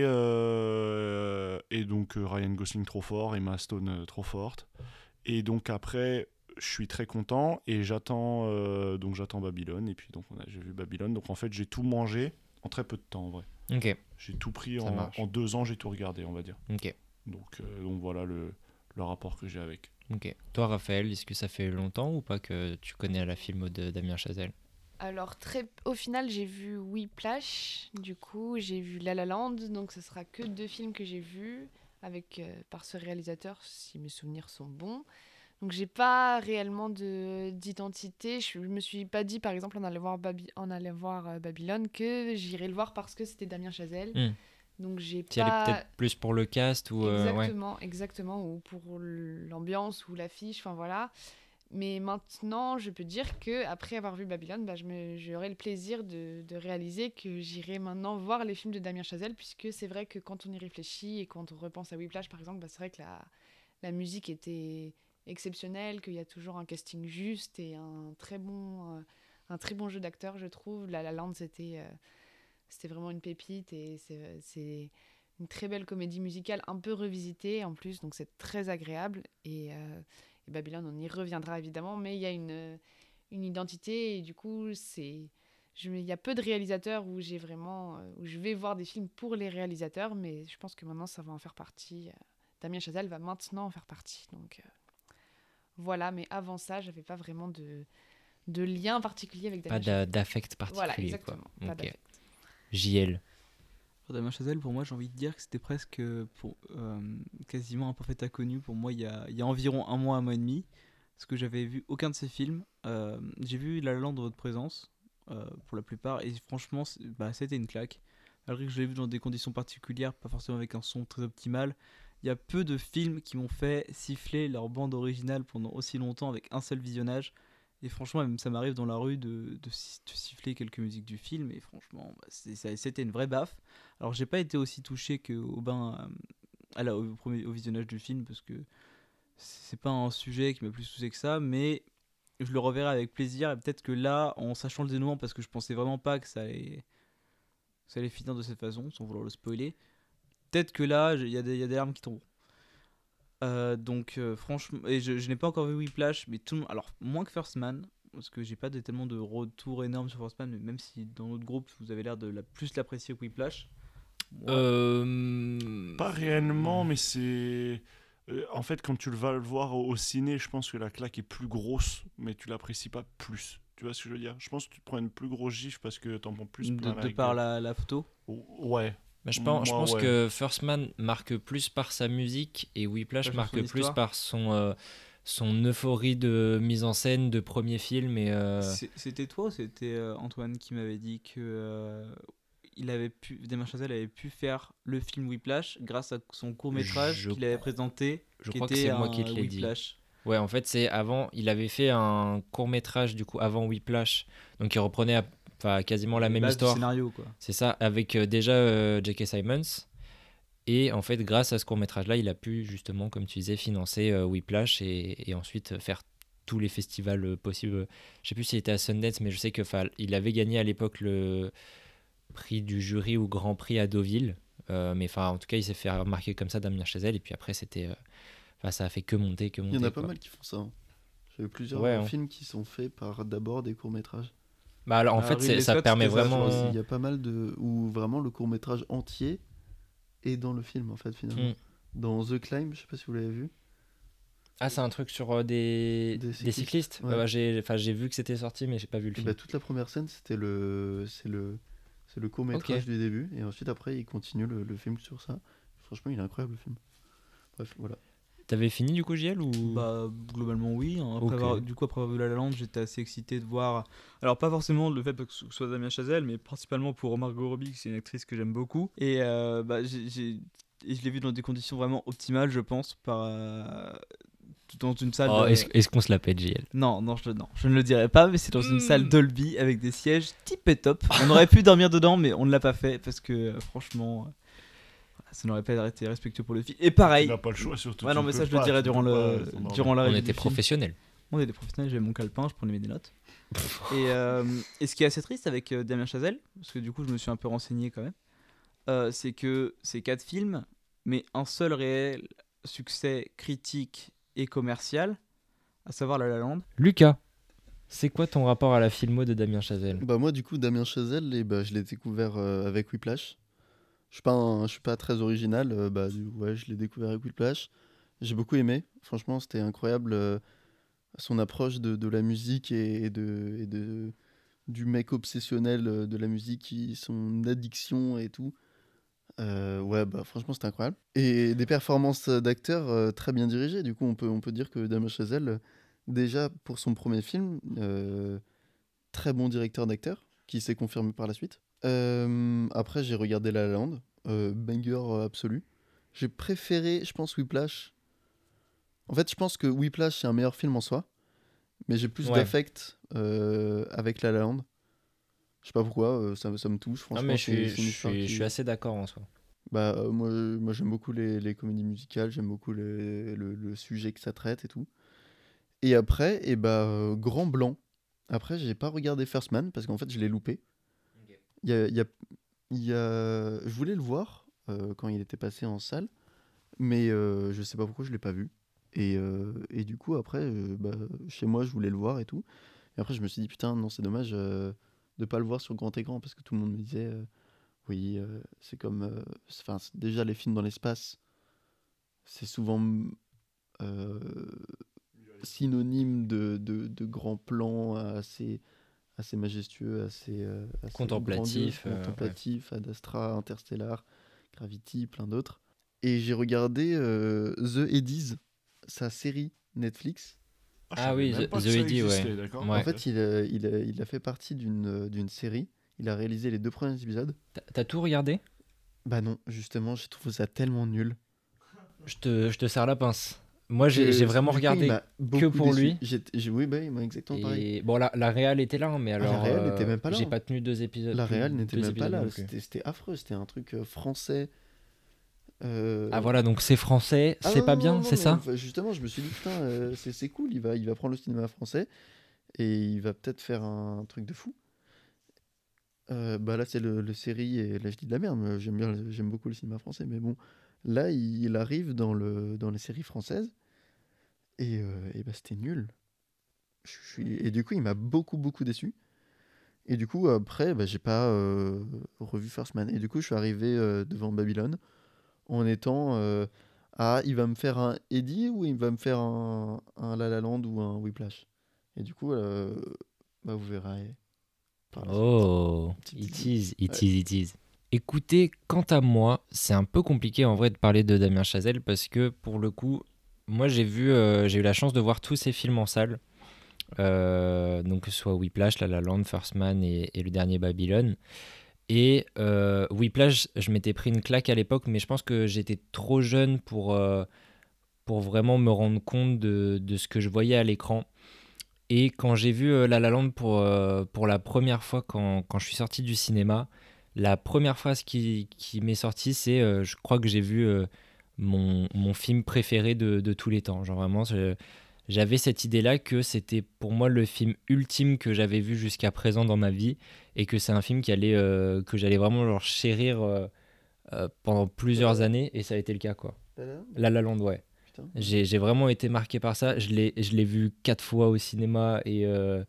donc Ryan Gosling trop fort, Emma Stone trop forte. Et donc après, je suis très content et j'attends Babylone. Et puis donc j'ai vu Babylone. Donc en fait, j'ai tout mangé en très peu de temps en vrai. Ok. J'ai tout pris Ça marche. en 2 ans, j'ai tout regardé, on va dire. Ok. Donc voilà le rapport que j'ai avec. Ok. Toi, Raphaël, est-ce que ça fait longtemps ou pas que tu connais la filmo de Damien Chazelle? Alors, au final, j'ai vu Whiplash, du coup, j'ai vu La La Land, donc ce sera que 2 films que j'ai vus par ce réalisateur, si mes souvenirs sont bons. Donc, j'ai pas réellement d'identité. Je me suis pas dit, par exemple, en allant voir Babylone, que j'irais le voir parce que c'était Damien Chazelle. Donc, j'ai Tu y allais pas... peut-être plus pour le cast ou ouais. Exactement, ou pour l'ambiance ou l'affiche, enfin voilà. Mais maintenant, je peux dire que après avoir vu Babylone, j'aurai le plaisir de réaliser que j'irai maintenant voir les films de Damien Chazelle, puisque c'est vrai que quand on y réfléchit et quand on repense à Whiplash, par exemple, c'est vrai que la musique était exceptionnelle, qu'il y a toujours un casting juste et un très bon jeu d'acteurs, je trouve. La La Land, c'était vraiment une pépite et c'est une très belle comédie musicale, un peu revisitée en plus, donc c'est très agréable. Et Babylone, on y reviendra évidemment, mais il y a une identité et du coup, il y a peu de réalisateurs où où je vais voir des films pour les réalisateurs, mais je pense que maintenant ça va en faire partie. Damien Chazelle va maintenant en faire partie, donc voilà. Mais avant ça, j'avais pas vraiment de lien particulier avec Damien Chazelle. Pas d'affect particulier. Voilà, exactement. Quoi. Pas Ok. d'affect. JL. Pour Damien Chazelle, pour moi, j'ai envie de dire que c'était presque quasiment un parfait inconnu. Pour moi, il y a environ un mois et demi, parce que j'avais vu aucun de ses films. J'ai vu La La Land en votre présence, pour la plupart, et franchement, c'était une claque. Malgré que je l'ai vu dans des conditions particulières, pas forcément avec un son très optimal, il y a peu de films qui m'ont fait siffler leur bande originale pendant aussi longtemps avec un seul visionnage. Et franchement, même ça m'arrive dans la rue de siffler quelques musiques du film. Et franchement, c'était une vraie baffe. Alors, j'ai pas été aussi touché qu'au au visionnage du film, parce que c'est pas un sujet qui m'a plus touché que ça. Mais je le reverrai avec plaisir. Et peut-être que là, en sachant le dénouement, parce que je pensais vraiment pas que ça allait finir de cette façon, sans vouloir le spoiler, peut-être que là, il y a des larmes qui tomberont. Donc franchement, et je n'ai pas encore vu Whiplash, mais alors moins que First Man, parce que j'ai pas tellement de retour énorme sur First Man, mais même si dans notre groupe vous avez l'air de plus l'apprécier que Whiplash. Pas réellement, mais c'est en fait quand tu vas le voir au ciné, je pense que la claque est plus grosse, mais tu l'apprécies pas plus. Tu vois ce que je veux dire? Je pense que tu te prends une plus grosse gifle parce que t'en prends plus plein de par la photo. Ouais. Je pense que First Man marque plus par sa musique et Whiplash marque plus par son euphorie de mise en scène de premier film. C'était toi ou c'était Antoine qui m'avait dit que Damien Chazelle avait pu faire le film Whiplash grâce à son court-métrage qu'il avait présenté, je crois que c'est moi qui te l'ai dit. Ouais, en fait, c'est avant, il avait fait un court-métrage du coup avant Whiplash, donc il reprenait quasiment la même histoire. Scénario, quoi. C'est ça, avec déjà J.K. Simmons. Et en fait, grâce à ce court-métrage-là, il a pu justement, comme tu disais, financer Whiplash et ensuite faire tous les festivals possibles. Je sais plus s'il était à Sundance, mais je sais qu'il avait gagné à l'époque le prix du jury ou Grand Prix à Deauville. Mais en tout cas, il s'est fait remarquer comme ça, Damien Chazelle. Et puis après, ça a fait que monter. Il y en a pas mal qui font ça. Hein. J'ai vu plusieurs films qui sont faits par d'abord des courts-métrages. Alors en fait, ça permet vraiment. Il y a pas mal où vraiment le court-métrage entier est dans le film en fait finalement. Dans The Climb, je sais pas si vous l'avez vu. Ah, c'est un truc sur Des des cyclistes. ouais. J'ai vu que c'était sorti, mais j'ai pas vu le Et film. bah, toute la première scène, c'est le court-métrage Ok. du début. Et ensuite, après, il continue le film sur ça. Franchement, il est incroyable le film. Bref, voilà. T'avais fini du coup, JL ou... Bah, globalement, oui. Hein. Après Ok. après avoir vu La La Land, j'étais assez excité de voir. Alors, pas forcément le fait que ce soit Damien Chazelle, mais principalement pour Margot Robbie, qui c'est une actrice que j'aime beaucoup. Et et je l'ai vu dans des conditions vraiment optimales, je pense, dans une salle. Oh, est-ce qu'on se la pète, JL? Non, non, je ne le dirai pas, mais c'est dans une Mm. salle Dolby avec des sièges type et top. On aurait pu dormir dedans, mais on ne l'a pas fait parce que franchement, ça n'aurait pas été respectueux pour le film. Et pareil, Tu n'as pas le choix, surtout. ouais, tu non, ne mais peux ça, je le pas, dirai tu durant peux la On review était du film. professionnels. On est des professionnels, j'avais mon calepin, je prenais mes notes. Et ce qui est assez triste avec Damien Chazelle, parce que du coup je me suis un peu renseigné quand même, c'est que c'est 4 films, mais un seul réel succès critique et commercial, à savoir La La Land. Lucas, c'est quoi ton rapport à la filmo de Damien Chazelle? Bah, moi, du coup, Damien Chazelle, je l'ai découvert avec Whiplash. Je suis pas très original. Ouais, je l'ai découvert avec Whiplash. J'ai beaucoup aimé. Franchement, c'était incroyable. Son approche de la musique du mec obsessionnel de la musique, son addiction et tout. Ouais, bah franchement, c'était incroyable. Et des performances d'acteurs très bien dirigées. Du coup, on peut dire que Damien Chazelle, déjà pour son premier film, très bon directeur d'acteur, qui s'est confirmé par la suite. Après, j'ai regardé La La Land, banger absolu. J'ai préféré, je pense, Whiplash. En fait, je pense que Whiplash, c'est un meilleur film en soi, mais j'ai plus Ouais. d'affect avec La La Land. Je sais pas pourquoi, ça me touche. Non, Franchement, mais c'est une histoire je qui- suis assez d'accord en soi. Bah, moi j'aime beaucoup les comédies musicales, j'aime beaucoup le sujet que ça traite et tout. Et après, Grand Blanc. Après, j'ai pas regardé First Man parce qu'en fait, je l'ai loupé. Il y a, il y a- je voulais le voir quand il était passé en salle, mais je sais pas pourquoi je l'ai pas vu. Et du coup, après, chez moi, je voulais le voir et tout. Et après, je me suis dit, putain, non, c'est dommage de pas le voir sur grand écran parce que tout le monde me disait, oui, c'est comme. Déjà, les films dans l'espace, c'est souvent euh, synonyme de grands plans assez majestueux, assez Contemplatif, grandiose, contemplatif, Ad Astra, Interstellar, Gravity, plein d'autres. Et j'ai regardé The Eddies, sa série Netflix. je Ah savais oui, même The pas que ça Eddie, ouais. existait, d'accord. Ouais. En fait, il a fait partie d'une série. Il a réalisé les 2 premiers épisodes. T'as tout regardé? Bah non, justement, j'ai trouvé ça tellement nul. Je te serre la pince. Moi, j'ai Que, vraiment du coup, il regardé m'a beaucoup pour déçu. lui. Oui, bah, moi, exactement pareil. Et bon, la réal était là, mais alors. la réal était même pas là, J'ai hein. pas tenu 2 épisodes. La réal plus- n'était 2 même pas épisodes là. non plus. C'était affreux. C'était un truc français. Ah voilà, donc c'est français, Ah c'est non, pas non, bien, non, c'est mais ça? enfin, justement, je me suis dit, putain, c'est cool. Il va prendre le cinéma français et il va peut-être faire un truc de fou. Bah là, c'est le série et là, je dis de la merde. Mais j'aime beaucoup le cinéma français. Mais bon, là, il arrive dans les séries françaises et bah, c'était nul. Et du coup, il m'a beaucoup déçu. Et du coup, après, bah, j'ai pas revu First Man. Et du coup, je suis arrivé devant Babylone en étant il va me faire un Eddie ou il va me faire un La La Land ou un Whiplash. Et du coup, bah, vous verrez. par la suite. Oh, Petit it teaser. is, it is, it is. Écoutez, quant à moi, c'est un peu compliqué en vrai de parler de Damien Chazelle parce que pour le coup, moi j'ai eu la chance de voir tous ses films en salle. Donc que ce soit Whiplash, La La Land, First Man et le dernier Babylone. Et Whiplash, je m'étais pris une claque à l'époque, mais je pense que j'étais trop jeune pour vraiment me rendre compte de ce que je voyais à l'écran. Et quand j'ai vu La La Land pour la première fois, quand je suis sorti du cinéma, la première phrase qui m'est sortie, c'est je crois que j'ai vu mon film préféré de tous les temps. Genre vraiment, j'avais cette idée-là que c'était pour moi le film ultime que j'avais vu jusqu'à présent dans ma vie et que c'est un film que j'allais vraiment genre chérir pendant plusieurs années et ça a été le cas quoi. La La Land, ouais. Putain. J'ai vraiment été marqué par ça. Je l'ai vu 4 fois au cinéma et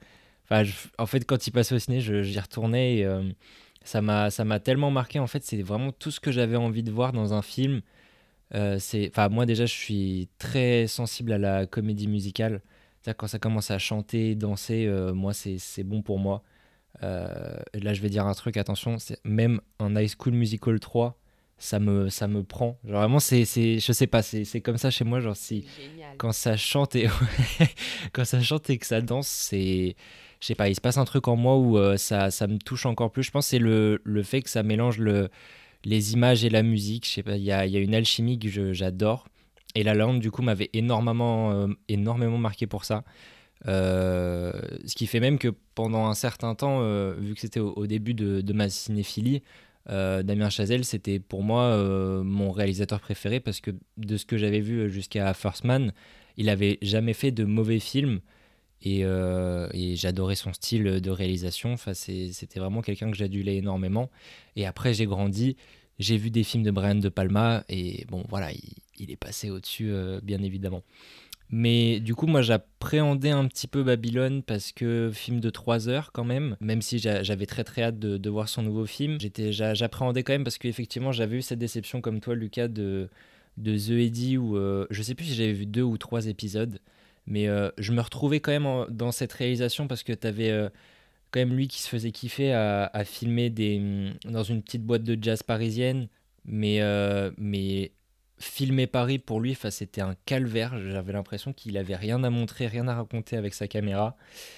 en fait quand il passait au ciné, j'y retournais et ça m'a tellement marqué. En fait, c'est vraiment tout ce que j'avais envie de voir dans un film. Enfin, moi déjà, je suis très sensible à la comédie musicale. C'est-à-dire quand ça commence à chanter, danser, moi, c'est bon pour moi. Là, je vais dire un truc, attention, même un High School Musical 3, ça me prend. Genre vraiment, je sais pas, c'est comme ça chez moi. Genre, si, Génial. quand ça chante et, quand ça chante et que ça danse, je sais pas, il se passe un truc en moi où ça me touche encore plus. Je pense que c'est le fait que ça mélange les images et la musique. Je sais pas, il y a une alchimie que j'adore. Et La La Land, du coup, m'avait énormément marqué pour ça. Ce qui fait même que pendant un certain temps, vu que c'était au début de ma cinéphilie, Damien Chazelle, c'était pour moi mon réalisateur préféré parce que de ce que j'avais vu jusqu'à First Man, il avait jamais fait de mauvais films et j'adorais son style de réalisation. Enfin, c'était vraiment quelqu'un que j'adulais énormément. Et après, j'ai grandi, j'ai vu des films de Brian De Palma et bon, voilà, il est passé au-dessus, bien évidemment. Mais du coup, moi, j'appréhendais un petit peu Babylone parce que film de 3 heures quand même si j'avais très très hâte de voir son nouveau film, j'appréhendais quand même parce qu'effectivement, j'avais eu cette déception comme toi, Lucas, de The Eddie où je sais plus si j'avais vu 2 ou 3 épisodes, mais je me retrouvais quand même dans cette réalisation parce que t'avais quand même lui qui se faisait kiffer à filmer dans une petite boîte de jazz parisienne, mais filmer Paris pour lui, c'était un calvaire. J'avais l'impression qu'il avait rien à montrer, rien à raconter avec sa caméra.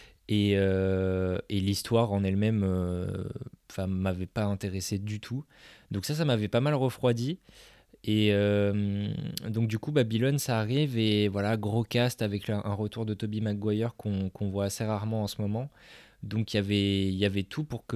Et l'histoire en elle-même m'avait pas intéressé du tout. Donc ça m'avait pas mal refroidi. Et donc du coup, Babylone, ça arrive. Et voilà, gros cast avec un retour de Tobey Maguire qu'on voit assez rarement en ce moment. Donc il y avait tout pour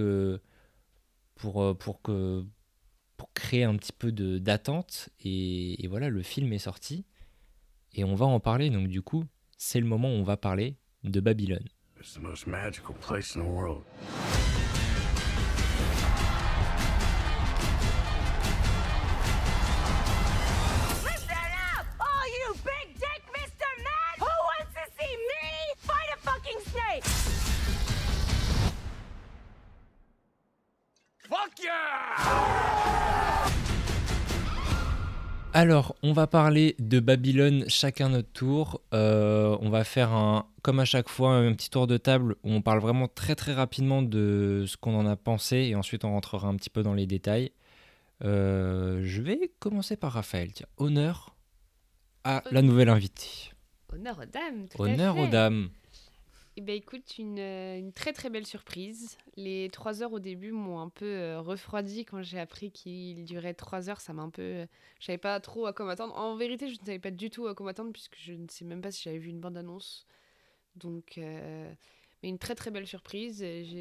créer un petit peu d'attente. Et voilà, le film est sorti. Et on va en parler. Donc du coup, c'est le moment où on va parler de Babylone. It's the most magical place in the world. Listen up! All you big dick Mr. Man! Who wants to see me fight a fucking snake? Fuck yeah! Alors, on va parler de Babylone chacun notre tour. On va faire comme à chaque fois, un petit tour de table où on parle vraiment très très rapidement de ce qu'on en a pensé et ensuite on rentrera un petit peu dans les détails. Je vais commencer par Raphaël. Tiens, honneur à la nouvelle invitée. Honneur aux dames, tout à Honneur fait. aux dames. Eh ben écoute, une très très belle surprise. Les 3 heures au début m'ont un peu refroidi quand j'ai appris qu'il durait 3 heures. Ça m'a un peu... je savais pas trop à quoi m'attendre. En vérité, je ne savais pas du tout à quoi m'attendre puisque je ne sais même pas si j'avais vu une bande-annonce. Donc, mais une très très belle surprise.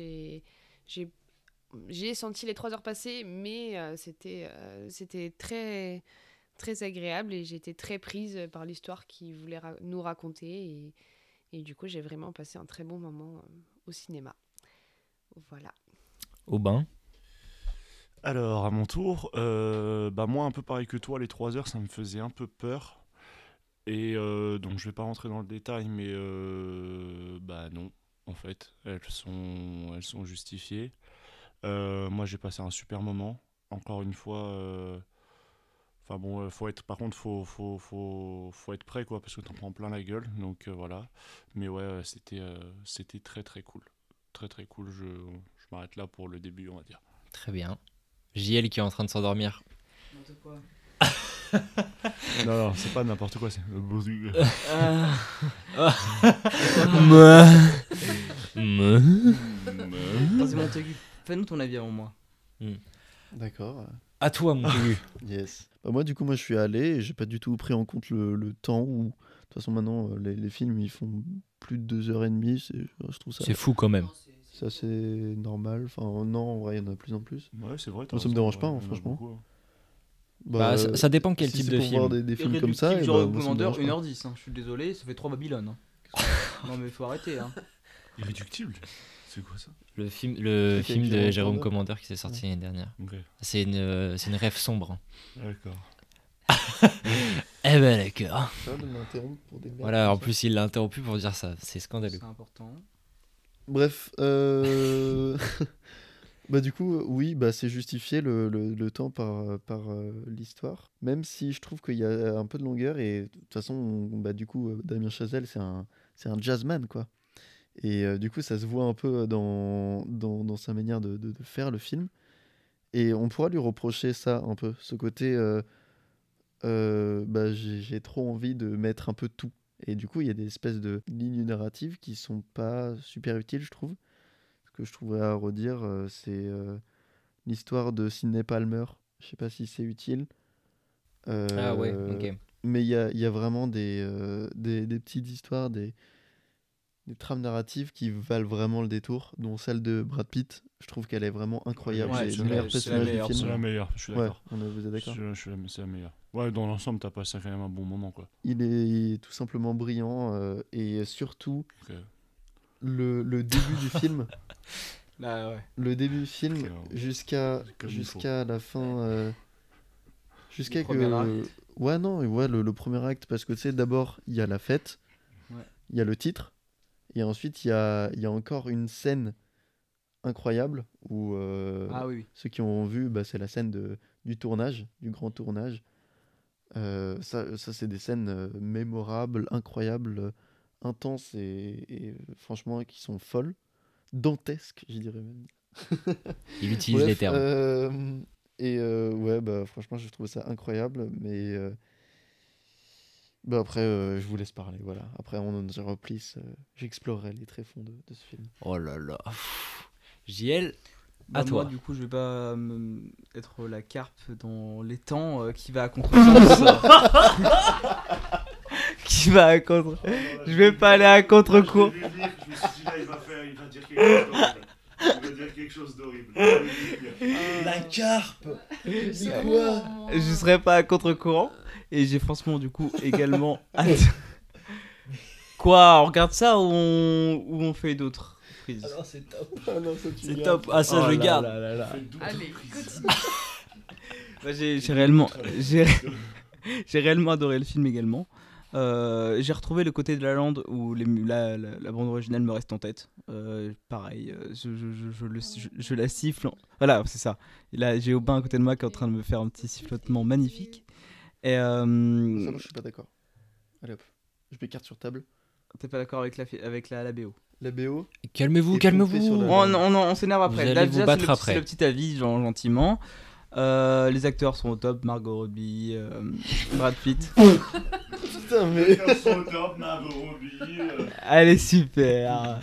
J'ai senti les 3 heures passer, mais c'était très très agréable et j'ai été très prise par l'histoire qu'il voulait nous raconter et du coup, j'ai vraiment passé un très bon moment au cinéma. Voilà. Aubin. Alors, à mon tour, moi, un peu pareil que toi, les 3 heures, ça me faisait un peu peur. Et donc, je vais pas rentrer dans le détail, mais non, en fait, elles sont justifiées. Moi, j'ai passé un super moment. Encore une fois, faut être, par contre, faut être prêt, quoi, parce que t'en prends plein la gueule. Donc voilà. Mais ouais, c'était très très cool, très très cool. Je m'arrête là pour le début, on va dire. Très bien. JL qui est en train de s'endormir. N'importe quoi. Non, c'est pas n'importe quoi, c'est Vas-y, Montaigu, fais-nous ton avis avant moi. D'accord. À toi, mon Tégu. Yes. Moi, du coup, je suis allé et j'ai pas du tout pris en compte le temps où, de toute façon, maintenant, les films, ils font plus de 2h30. Je trouve ça. C'est fou quand même. Ça, c'est normal. Enfin, non, en vrai, il y en a de plus en plus. Ouais, c'est vrai. Moi, ça me dérange pas, franchement. Ça dépend quel type c'est de pour film. voir des films comme ça. Genre moi, ça me Commander, dérange pas. 1h10. Je suis désolé, ça fait 3 Babylone. Non, mais faut arrêter. Irréductible. C'est quoi ça? Le film avec de Jérôme Jérôme Commander. Commander qui s'est sorti l'année dernière. Ok. C'est une rêve sombre. D'accord. Eh ben d'accord. Ça, de m'interrompre pour des merdes Voilà, en comme ça. plus il l'a interrompu pour dire ça. C'est scandaleux. C'est important. Bref, Bah du coup, oui, bah c'est justifié le temps par l'histoire. Même si je trouve qu'il y a un peu de longueur et de toute façon, bah du coup, Damien Chazelle, c'est un jazzman, quoi. Et du coup, ça se voit un peu dans sa manière de faire le film. Et on pourra lui reprocher ça un peu, ce côté, bah j'ai trop envie de mettre un peu tout. Et du coup, il y a des espèces de lignes narratives qui sont pas super utiles, je trouve. Ce que je trouverais à redire, c'est l'histoire de Sidney Palmer. Je sais pas si c'est utile. Ah ouais, Euh, ok. Mais il y a vraiment des petites histoires, des trames narratives qui valent vraiment le détour, dont celle de Brad Pitt. Je trouve qu'elle est vraiment incroyable. Ouais, C'est c'est le meilleur la personnage du meilleure, film. c'est la meilleure, je suis Ouais, d'accord. vous êtes d'accord. C'est la meilleure. Ouais, dans l'ensemble, t'as passé quand même un bon moment, quoi. Il est tout simplement brillant et surtout Ok. le début du film. Là, ouais. Le début du film Ok, jusqu'à comme il faut. la fin. Jusqu'à Le premier que. acte. Ouais, non, ouais, le premier acte, parce que tu sais, d'abord, il y a la fête, Ouais. il y a le titre, et ensuite, il y a encore une scène incroyable où Ah oui, oui. ceux qui ont vu, bah, c'est la scène du tournage, du grand tournage. Ça c'est des scènes mémorables, incroyables, intenses et franchement qui sont folles, dantesques, je dirais même. Il utilise les Bref, termes. ouais, bah franchement, j'ai trouvé ça incroyable, mais bah après, je vous laisse parler, voilà. Après, on en dira plus, j'explorerai les tréfonds de ce film. Oh là là. JL, à toi. Moi, du coup, je vais pas être la carpe dans les temps qui va à contre-sens. Qui va à contre. Je vais pas aller à contre-cours. Je me suis dit, là, il va dire quelque chose d'horrible. La carpe. Je serai pas à contre-courant. Et j'ai franchement, du coup, également hâte. Quoi, on regarde ça ou on fait d'autres prises? C'est top. Ah non, ça, tu C'est gardes. top. Ah, ça, je Oh là garde. là là là. Allez, continue. Bah, j'ai réellement adoré le film également. J'ai retrouvé le côté de La Land où la bande originale me reste en tête. Pareil, je la siffle. Voilà, c'est ça. Et là, j'ai Aubin à côté de moi qui est en train de me faire un petit sifflotement magnifique. Et Ça, moi, je suis pas d'accord. Allez hop, je m'écarte sur table. t'es pas d'accord avec la BO? La BO. Calmez-vous, Et pompé sur calmez-vous. la- On s'énerve après. Vous Là, allez vous déjà, battre c'est le, après. c'est le petit avis, gentiment. Les acteurs sont au top. Margot Robbie, Brad Pitt. Putain, mais. Elle est super.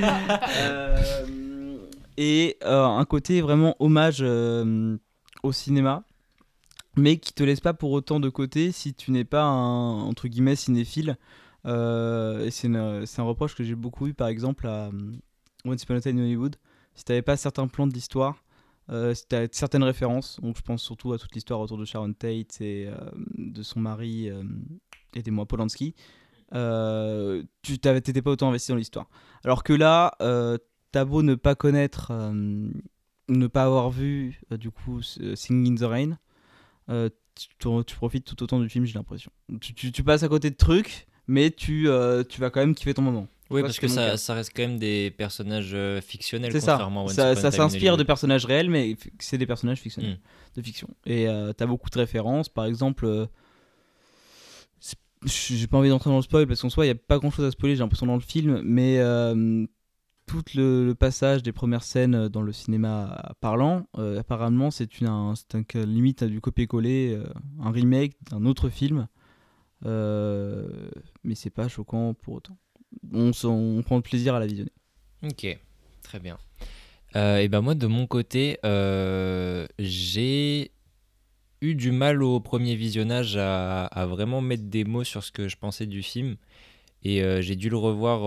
Et un côté vraiment hommage au cinéma, mais qui te laisse pas pour autant de côté si tu n'es pas un entre guillemets cinéphile. Et c'est un reproche que j'ai beaucoup eu par exemple à Once Upon a Time in Hollywood. Si t'avais pas certains plans de l'histoire, si t'avais certaines références, donc je pense surtout à toute l'histoire autour de Sharon Tate et de son mari, aidez-moi, Polanski, t'étais pas autant investi dans l'histoire. Alors que là, t'as beau ne pas connaître, ne pas avoir vu du coup Singing in the Rain, tu profites tout autant du film, j'ai l'impression. Tu passes à côté de trucs, mais tu vas quand même kiffer ton moment. Oui, Moi, parce c'est que mon cas. ça reste quand même des personnages fictionnels, C'est ça, contrairement à Once ça Upon a Time in s'inspire de Hollywood. personnages réels, mais c'est des personnages fictionnels, de fiction. Et t'as beaucoup de références, par exemple, j'ai pas envie d'entrer dans le spoil, parce qu'en soi, il n'y a pas grand chose à spoiler, j'ai l'impression, dans le film, mais tout le passage des premières scènes dans le cinéma parlant, apparemment, c'est limite du copier-coller, un remake d'un autre film, mais c'est pas choquant pour autant. On prend le plaisir à la visionner. Ok, très bien. Et ben moi, de mon côté, j'ai eu du mal au premier visionnage à vraiment mettre des mots sur ce que je pensais du film. Et j'ai dû le revoir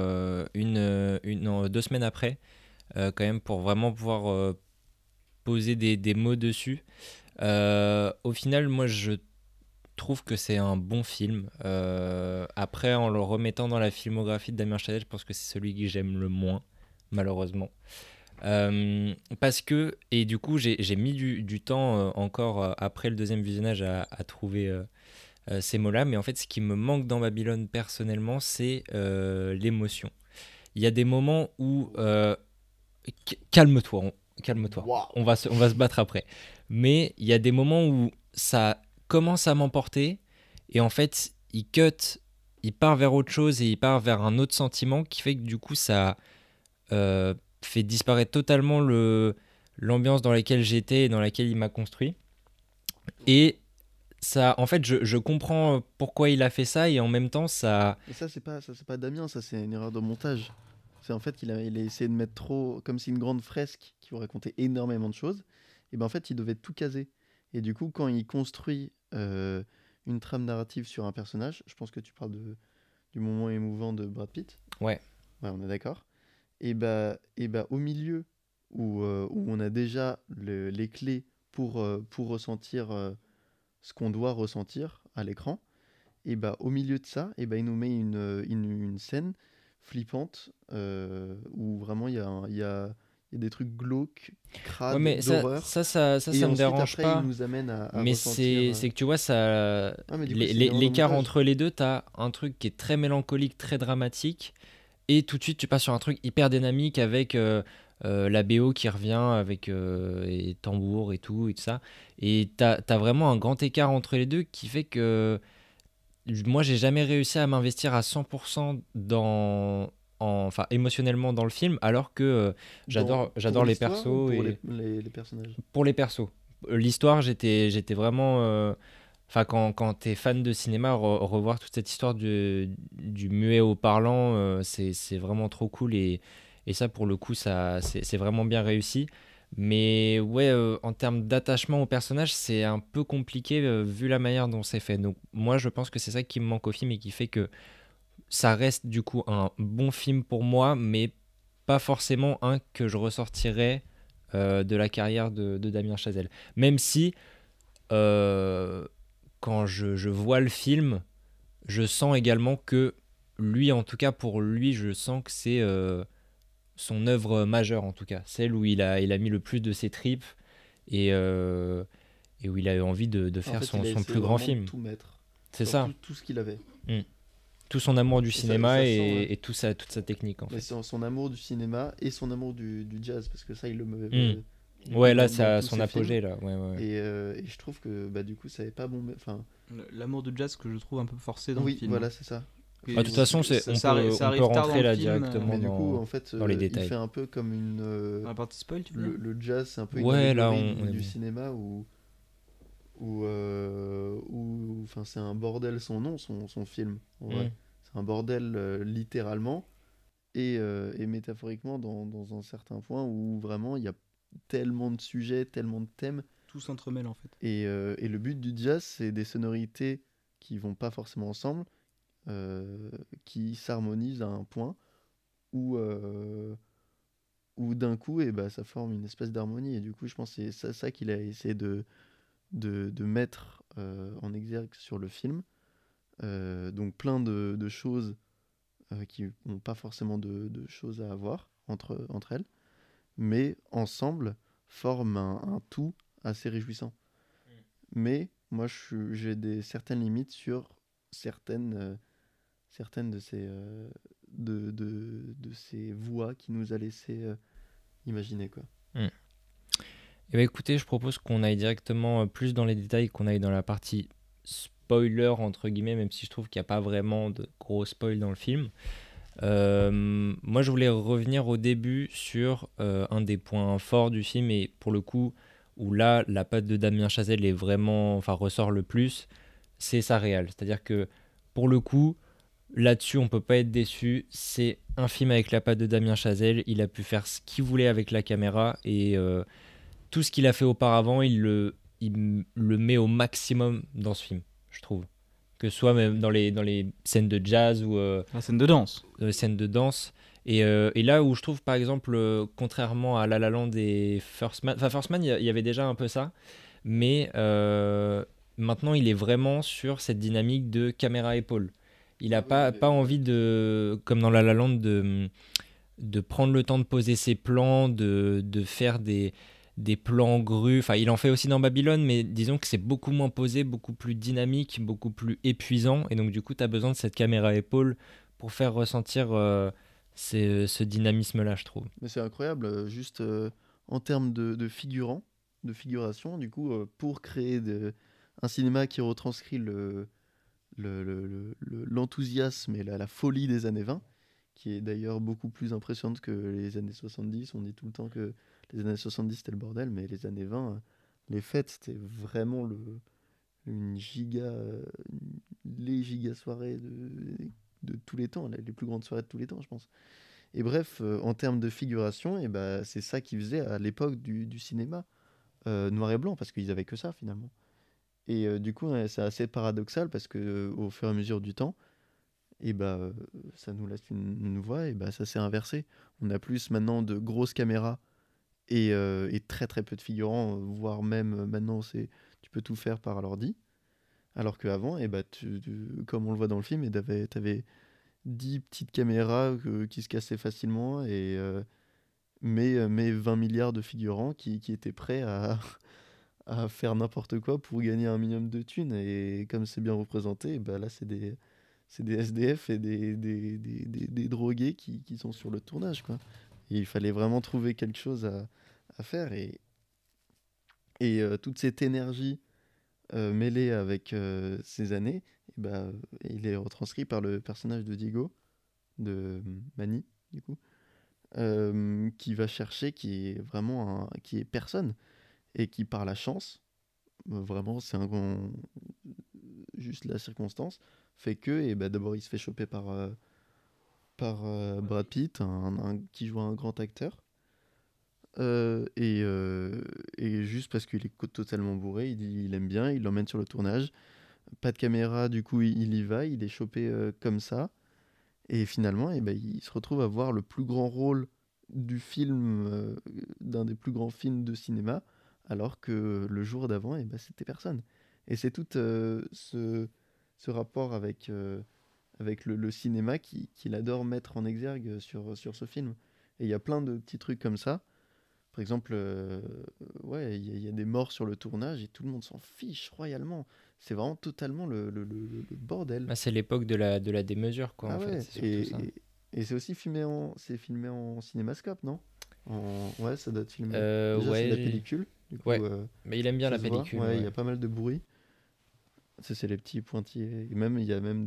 2 semaines après, quand même, pour vraiment pouvoir poser des mots dessus. Au final, moi, je trouve que c'est un bon film. Après, en le remettant dans la filmographie de Damien Chazelle, je pense que c'est celui que j'aime le moins, malheureusement. Parce que, et du coup, j'ai mis du temps encore après le deuxième visionnage à trouver ces mots-là, mais en fait, ce qui me manque dans Babylone personnellement, c'est l'émotion. Il y a des moments où calme-toi, calme-toi. Waouh. On va se battre après. Mais il y a des moments où ça commence à m'emporter et en fait, il part vers autre chose et il part vers un autre sentiment qui fait que du coup, ça fait disparaître totalement l'ambiance dans laquelle j'étais et dans laquelle il m'a construit. Et ça, en fait, je comprends pourquoi il a fait ça et en même temps, ça. Et ça, c'est pas Damien, ça, c'est une erreur de montage. C'est en fait qu'il a essayé de mettre trop. Comme c'est une grande fresque qui aurait raconté énormément de choses. Et ben en fait, il devait tout caser. Et du coup, quand il construit une trame narrative sur un personnage, je pense que tu parles du moment émouvant de Brad Pitt. Ouais. Ouais, on est d'accord. Et bah au milieu, où on a déjà les clés pour ressentir ce qu'on doit ressentir à l'écran, et bah au milieu de ça, et bah il nous met une scène flippante où vraiment il y a des trucs glauques, crades, Ouais, mais d'horreur. ça Et me ensuite, dérange après, pas. il nous amène à Mais ressentir. c'est que tu vois, ça, Ah, mais du coup, c'est une erreur de l'écart montage. entre les deux, t'as un truc qui est très mélancolique, très dramatique, et tout de suite tu passes sur un truc hyper dynamique avec la BO qui revient avec et tambour et tout ça. Et t'as vraiment un grand écart entre les deux qui fait que moi j'ai jamais réussi à m'investir à 100% enfin émotionnellement dans le film, alors que j'adore Pour les l'histoire persos ou pour et les personnages. pour les persos. L'histoire, j'étais vraiment. Enfin, quand t'es fan de cinéma, revoir toute cette histoire du muet au parlant, c'est vraiment trop cool. Et ça, pour le coup, c'est vraiment bien réussi. Mais ouais, en termes d'attachement au personnage, c'est un peu compliqué vu la manière dont c'est fait. Donc, moi, je pense que c'est ça qui me manque au film et qui fait que ça reste du coup un bon film pour moi, mais pas forcément un que je ressortirais de la carrière de Damien Chazelle. Même si, quand je vois le film, je sens également que lui, en tout cas pour lui, je sens que c'est son œuvre majeure, en tout cas. Celle où il a mis le plus de ses tripes et où il a eu envie de En faire fait, son il a essayé plus grand vraiment de film. tout mettre. C'est Sur ça. tout ce qu'il avait. Tout son amour du ça- cinéma ça sent, ouais. et toute sa technique, en Mais fait. son amour du cinéma et son amour du jazz, parce que ça, il le met. Il Ouais, le là, met c'est dans à tous son ses apogée, films. là. Ouais. Et je trouve que bah, du coup, ça n'est pas bon. Enfin, L'amour de jazz que je trouve un peu forcé dans le oui, film. voilà, c'est ça. De toute façon, on arrive peut tard rentrer dans là le film, directement Mais du coup, dans. en fait, dans les il détails. fait un peu comme Dans la partie spoil, tu veux dire le jazz, c'est un peu une Ouais, là, allégorie on est du bon. cinéma où enfin, c'est un bordel son nom, son film. En vrai. Mm. C'est un bordel littéralement et métaphoriquement dans un certain point où vraiment il y a tellement de sujets, tellement de thèmes. Tout s'entremêle en fait. Et le but du jazz, c'est des sonorités qui vont pas forcément ensemble, qui s'harmonisent à un point où d'un coup, et bah, ça forme une espèce d'harmonie. Et du coup, je pense que c'est ça qu'il a essayé de mettre en exergue sur le film. Donc plein de choses qui n'ont pas forcément de choses à avoir entre elles, mais ensemble forment un tout assez réjouissant. Mais moi, j'ai certaines limites sur certaines de ces voix qui nous a laissé imaginer, quoi. Eh bien, écoutez, je propose qu'on aille directement plus dans les détails, qu'on aille dans la partie spoiler, entre guillemets, même si je trouve qu'il n'y a pas vraiment de gros spoil dans le film. Moi, je voulais revenir au début sur un des points forts du film, et pour le coup, où là, la patte de Damien Chazelle est vraiment, enfin, ressort le plus, c'est sa réal. C'est-à-dire que, pour le coup, là-dessus, on peut pas être déçu. C'est un film avec la patte de Damien Chazelle. Il a pu faire ce qu'il voulait avec la caméra, et tout ce qu'il a fait auparavant, il le met au maximum dans ce film, je trouve. Que ce soit même dans les scènes de jazz ou La scène de danse. scènes de danse. Et là où je trouve, par exemple, contrairement à La La Land et First Man, enfin First Man, il y avait déjà un peu ça, mais maintenant il est vraiment sur cette dynamique de caméra-épaule. Il n'a pas envie de, comme dans La La Land, de prendre le temps de poser ses plans, de faire des plans grus. Enfin, il en fait aussi dans Babylone, mais disons que c'est beaucoup moins posé, beaucoup plus dynamique, beaucoup plus épuisant. Et donc, du coup, tu as besoin de cette caméra épaule pour faire ressentir ce dynamisme-là, je trouve. Mais c'est incroyable, juste en termes de figurants, de figuration, du coup, pour créer un cinéma qui retranscrit l'enthousiasme et la folie des années 20, qui est d'ailleurs beaucoup plus impressionnante que les années 70. On dit tout le temps que les années 70 c'était le bordel, mais les années 20, les fêtes, c'était vraiment les giga soirées de tous les temps, les plus grandes soirées de tous les temps, je pense. Et bref, en termes de figuration, et bah, c'est ça qu'ils faisaient à l'époque du cinéma noir et blanc, parce qu'ils avaient que ça finalement. Et du coup, ouais, c'est assez paradoxal parce que au fur et à mesure du temps, et bah, ça nous laisse une voie, et bah, ça s'est inversé. On a plus maintenant de grosses caméras et très très peu de figurants, voire même maintenant tu peux tout faire par l'ordi. Alors qu'avant, et bah, comme on le voit dans le film, t'avais 10 petites caméras qui se cassaient facilement, mais 20 milliards de figurants qui étaient prêts à faire n'importe quoi pour gagner un minimum de thunes. Et comme c'est bien représenté, bah là c'est des SDF et des drogués qui sont sur le tournage, quoi. Et il fallait vraiment trouver quelque chose à faire. Et toute cette énergie mêlée avec ces années, et bah, il est retranscrit par le personnage de Diego, de Manny, du coup, qui va chercher, qui est vraiment qui est personne, et qui par la chance, vraiment c'est juste la circonstance, fait que, et bah, d'abord il se fait choper par Brad Pitt, qui joue un grand acteur. Et juste parce qu'il est totalement bourré, il aime bien, il l'emmène sur le tournage. Pas de caméra, du coup il y va, il est chopé comme ça. Et finalement, et ben, il se retrouve à voir le plus grand rôle du film, d'un des plus grands films de cinéma, alors que le jour d'avant, et ben, c'était personne. Et c'est tout ce rapport avec le cinéma qu'il adore mettre en exergue sur ce film. Et il y a plein de petits trucs comme ça. Par exemple, ouais, il y a des morts sur le tournage et tout le monde s'en fiche royalement. C'est vraiment totalement le bordel. Ah, c'est l'époque de la démesure, quoi, Ah en ouais, fait. C'est surtout ça. et c'est aussi filmé en cinémascope, non? Ouais, ça doit être filmé. Euh, Déjà, c'est de la ouais. pellicule. Du coup, Ouais. Mais il aime bien ça la se voit. pellicule. Ouais, il y ouais. a pas mal de bruit. C'est les petits pointillés. Et même, il y a même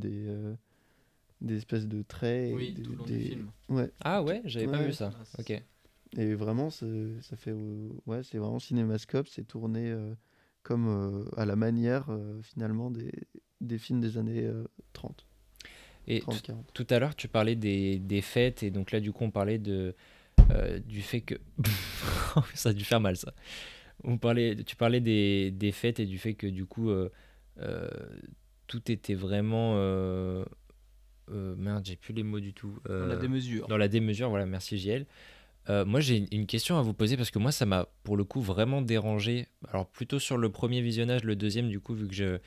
des espèces de traits. Oui, et tout le long du film. Ouais. Ah ouais, j'avais pas Ouais. vu ça. Ok. Et vraiment, ça fait, ouais, c'est vraiment cinémascope, c'est tourné comme à la manière finalement des films des années 30, Et 30-40. tout à l'heure, tu parlais des fêtes, et donc là, du coup, on parlait du fait que... ça a dû faire mal, ça. Tu parlais des fêtes et du fait que, du coup, tout était vraiment... merde, j'ai plus les mots du tout. Dans la démesure. Dans la démesure, voilà, merci JL. Moi, j'ai une question à vous poser parce que moi, ça m'a pour le coup vraiment dérangé. Alors, plutôt sur le premier visionnage, le deuxième, du coup, vu que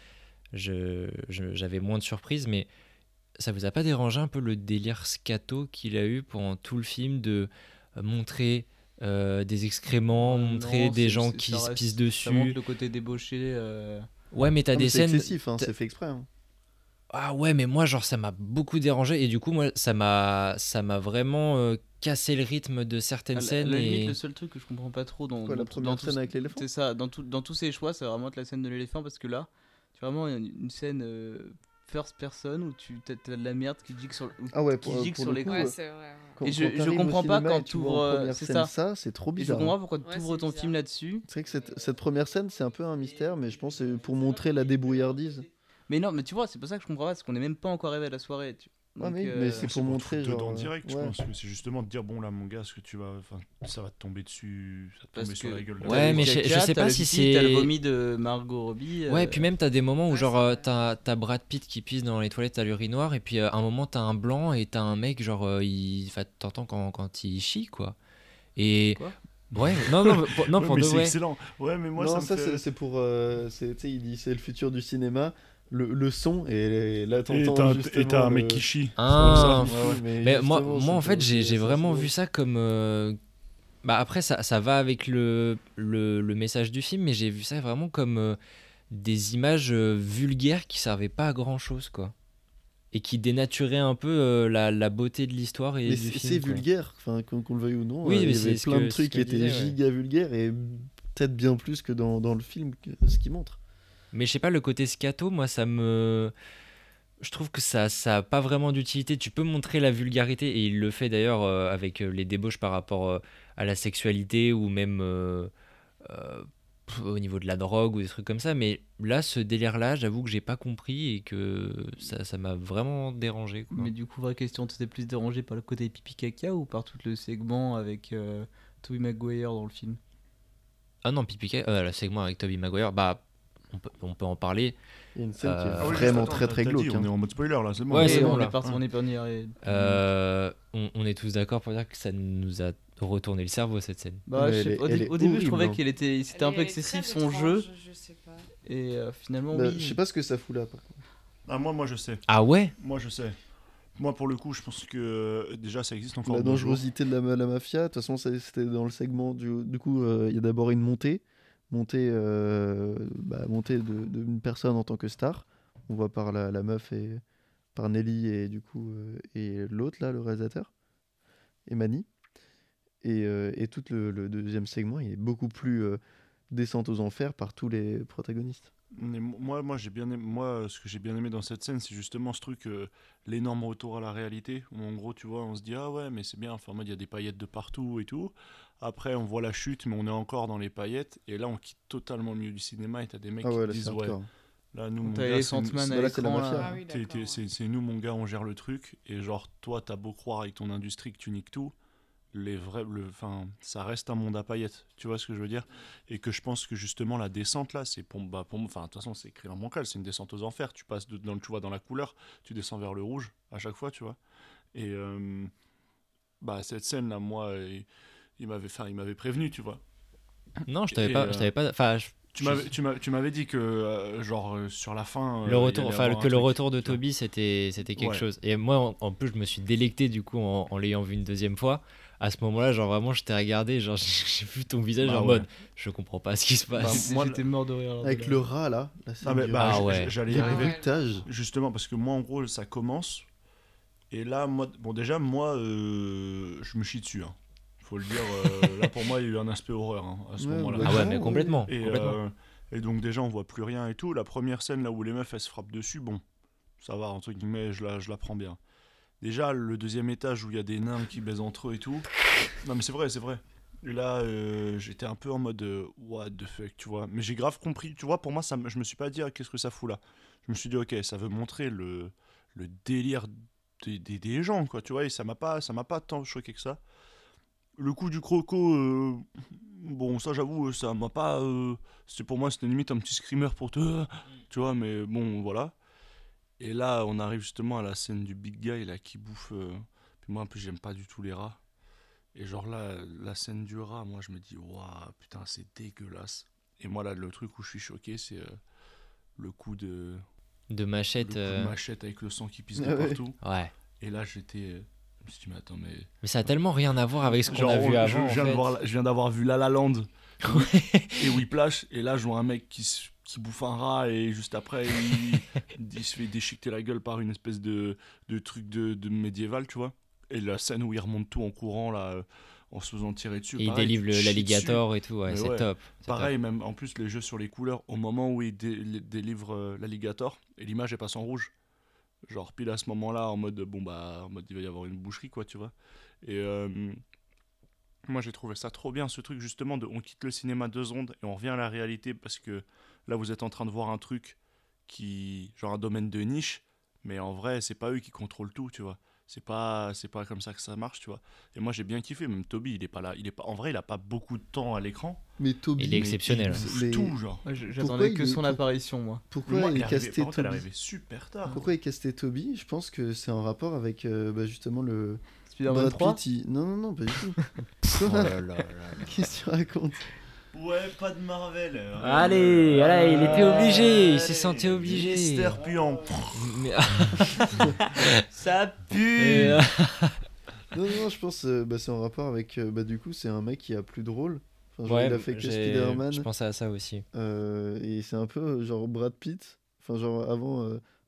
j'avais moins de surprises, mais ça vous a pas dérangé un peu le délire scato qu'il a eu pendant tout le film de montrer des excréments, montrer Non, des gens ça qui se reste- pissent Ça montre dessus? le côté débauché. Ouais, mais t'as Ah, mais des c'est scènes. excessif, hein, c'est fait exprès. Hein. Ah ouais, mais moi, genre, ça m'a beaucoup dérangé et du coup, moi, ça m'a vraiment cassé le rythme de certaines À scènes. la et... limite, le seul truc que je comprends pas trop dans, Quoi, la dans, première dans tout scène ce- avec l'éléphant? c'est ça, dans tous ces choix, c'est vraiment la scène de l'éléphant parce que là, tu as vraiment une scène first person où t'as de la merde qui gicle sur, Ah ouais, qui pour gicle le sur coup, l'écran. Ouais, c'est vrai. Ouais. Quand, Et je t'arrives au comprends pas cinéma quand et tu vois en t'ouvres, première c'est scène ça. c'est trop Et je bizarre. comprends Hein. pas pourquoi tu Ouais, ouvres c'est ton bizarre. film là-dessus. C'est vrai que cette première scène, c'est un peu un mystère, mais je pense que c'est pour montrer la débrouillardise. Mais non, mais tu vois, c'est pour ça que je comprends pas, parce qu'on est même pas encore arrivé à la soirée. Ouais, Donc, mais c'est pour te montrer foutre dedans genre. direct, je ouais. pense que c'est justement de dire bon là mon gars, ce que tu vas, enfin ça va te tomber dessus, ça va te Parce tomber sur que- la gueule. Ouais, t'as le mais je caca, sais t'as pas le si pipi, T'as le c'est- vomi de Margot Robbie. Ouais, et puis même t'as des moments où Ouais, genre c'est vrai. t'as Brad Pitt qui pisse dans les toilettes à l'urinoir et puis à un moment t'as un blanc et t'as un mec genre t'entends quand il chie quoi. Et Quoi ouais, non Ouais, pour mais de c'est vrai. excellent. Ouais, mais moi Non, ça me fait. c'est pour. Tu sais, il dit c'est le futur du cinéma, le son, et là Et t'entends t'as justement. un mec le- qui chie. Ah, C'est comme ça. Ouais, ouais. Mais moi justement, en c'est fait pour- j'ai c'est vraiment assez vu ça comme bah après ça va avec le message du film, mais j'ai vu ça vraiment comme des images vulgaires qui servaient pas à grand chose quoi. et qui dénaturait un peu la beauté de l'histoire et Mais du film. c'est quoi. vulgaire, enfin, qu'on le veuille ou non. Oui, mais il y c'est avait ce plein que- de ce trucs que qui je disais, étaient ouais. giga vulgaires et peut-être bien plus que dans le film, ce qu'il montre. Mais je sais pas, le côté scato, moi, je trouve que ça a pas vraiment d'utilité. Tu peux montrer la vulgarité, et il le fait d'ailleurs avec les débauches par rapport à la sexualité ou même au niveau de la drogue ou des trucs comme ça. Mais là, ce délire-là, j'avoue que j'ai pas compris et que ça m'a vraiment dérangé. Quoi. Mais du coup, vraie question, t'étais plus dérangé par le côté pipi caca ou par tout le segment avec Tobey Maguire dans le film? Ah non, Pipi, le segment avec Tobey Maguire, bah, on peut en parler. Il y a une scène qui est Ah oui, vraiment Attends, très très t'as glauque. dit, hein. on est en mode spoiler là, c'est bon. Ouais, Et c'est bon, on là. est parti, on est pas y arriver. On est tous d'accord pour dire que ça nous a retourné le cerveau, cette scène. Bah, Ouais, je sais elle pas, est- elle est au début, je horrible, trouvais hein. c'était un peu excessif son jeu. Je sais pas. Et finalement, Bah, oui. Je sais pas ce que ça fout là. Par contre. Ah, moi je sais. Ah ouais? Moi je sais. Moi pour le coup, je pense que déjà ça existe encore. La de nos jours. dangerosité de la mafia, de toute façon, c'était dans le segment. Du coup, il y a d'abord une montée d'une personne en tant que star. On voit par la meuf et par Nelly et du coup et l'autre là, le réalisateur, et Manny. Et tout le deuxième segment, il est beaucoup plus descente aux enfers par tous les protagonistes. Mais moi j'ai bien aimé, moi ce que j'ai bien aimé dans cette scène, c'est justement ce truc, l'énorme retour à la réalité, où en gros tu vois, on se dit ah ouais mais c'est bien, enfin moi il y a des paillettes de partout et tout. Après on voit la chute, mais on est encore dans les paillettes, et là on quitte totalement le milieu du cinéma et t'as des mecs Ah ouais, qui là te c'est disent ouais, hardcore. là nous mon T'as gars, les c'est une- Sandman c'est- à là, c'est la l'écran, mafia. là. Ah oui, T'es- d'accord, ouais. c'est nous mon gars, on gère le truc, et genre toi t'as beau croire avec ton industrie que tu niques tout, ça reste un monde à paillettes, tu vois ce que je veux dire, et que je pense que justement la descente là, c'est pour moi, enfin de toute façon c'est écrit dans mon cal, c'est une descente aux enfers, tu passes tu vois dans la couleur, tu descends vers le rouge à chaque fois, tu vois, et cette scène là, moi, il m'avait prévenu, tu vois. Non, je Et, t'avais pas. Enfin, Tu m'avais dit que sur la fin le retour, il allait enfin, avoir que un le truc, retour de tu vois. Toby, c'était quelque Ouais. chose. Et moi, en plus, je me suis délecté du coup en l'ayant vu une deuxième fois. À ce moment-là, genre vraiment, je t'ai regardé, genre j'ai vu ton visage Bah en ouais. mode, je comprends pas ce qui se passe. Bah, moi, J'étais mort de rire. alors, Avec de le là. rat là, la scène du bah, Ah rat. ouais. j'allais y Le arriver. bruitage. Justement, parce que moi, en gros, ça commence. Et là, déjà, moi, je me chie dessus. Hein. Faut le dire. Là, pour moi, il y a eu un aspect horreur à ce Ouais, moment-là. bah, Ah ouais, mais clairement, complètement. Et, complètement. et donc, déjà, on voit plus rien et tout. La première scène, là où les meufs, elles se frappent dessus, bon, ça va, entre guillemets, je la prends bien. Déjà, le deuxième étage où il y a des nains qui baisent entre eux et tout. Non, mais c'est vrai, c'est vrai. Et là, j'étais un peu en mode what the fuck, tu vois. Mais j'ai grave compris, tu vois, pour moi, je me suis pas dit qu'est-ce que ça fout là. Je me suis dit, ok, ça veut montrer le délire des gens, quoi, tu vois, et ça m'a pas tant choqué que ça. Le coup du croco, bon, ça j'avoue, ça m'a pas. Pour moi, c'était limite un petit screamer pour te. Tu vois, mais bon, voilà. Et là, on arrive justement à la scène du big guy là qui bouffe. Puis moi, en plus, j'aime pas du tout les rats. Et genre là, la scène du rat, moi, je me dis, waouh, putain, c'est dégueulasse. Et moi, là, le truc où je suis choqué, c'est le coup de. De machette. Le coup de machette avec le sang qui pisse de Ah ouais. partout. Ouais. Et là, j'étais. Je me suis dit, mais attends, mais. Mais ça a tellement rien à voir avec ce qu'on Genre, a vu avant. je viens, en fait. je viens d'avoir vu La La Land et Whiplash, et là je vois un mec qui bouffe un rat, et juste après il se fait déchiqueter la gueule par une espèce de truc de médiéval, tu vois. Et la scène où il remonte tout en courant là, en se faisant tirer dessus. Et il pareil, délivre tu te chies l'alligator et tout, ouais, Mais c'est ouais. top. dessus. Pareil, même en plus les jeux sur les couleurs, au moment où il délivre l'alligator, et l'image elle passe en rouge. Genre pile à ce moment-là, en mode bon bah, en mode il va y avoir une boucherie, quoi, tu vois. Et moi j'ai trouvé ça trop bien, ce truc justement de on quitte le cinéma 2 secondes et on revient à la réalité, parce que là vous êtes en train de voir un truc qui, genre un domaine de niche, mais en vrai c'est pas eux qui contrôlent tout, tu vois. C'est pas comme ça que ça marche, tu vois. Et moi j'ai bien kiffé, même Toby, il est pas là, en vrai il a pas beaucoup de temps à l'écran. Mais Toby, Il est exceptionnel. mais- Tout genre. Ouais, Pourquoi J'attendais il que est- son pour- apparition, moi. pourquoi Moi, il est casté par contre, elle est Toby arrivée super tard. Pourquoi il est casté Toby Je pense que c'est en rapport avec justement le Spider-Man Brad 3. Pitt. Non, pas du tout. Oh là là là là. Qu'est-ce que tu racontes Ouais, pas de Marvel. Allez, voilà, il était obligé, il s'est senti obligé. Mystère puant. Mais- Ça pue. Et, Non, je pense c'est en rapport avec du coup c'est un mec qui a plus de rôle. Enfin, genre, ouais, il a fait que Spider-Man je pensais à ça aussi. et c'est un peu genre Brad Pitt. Enfin genre avant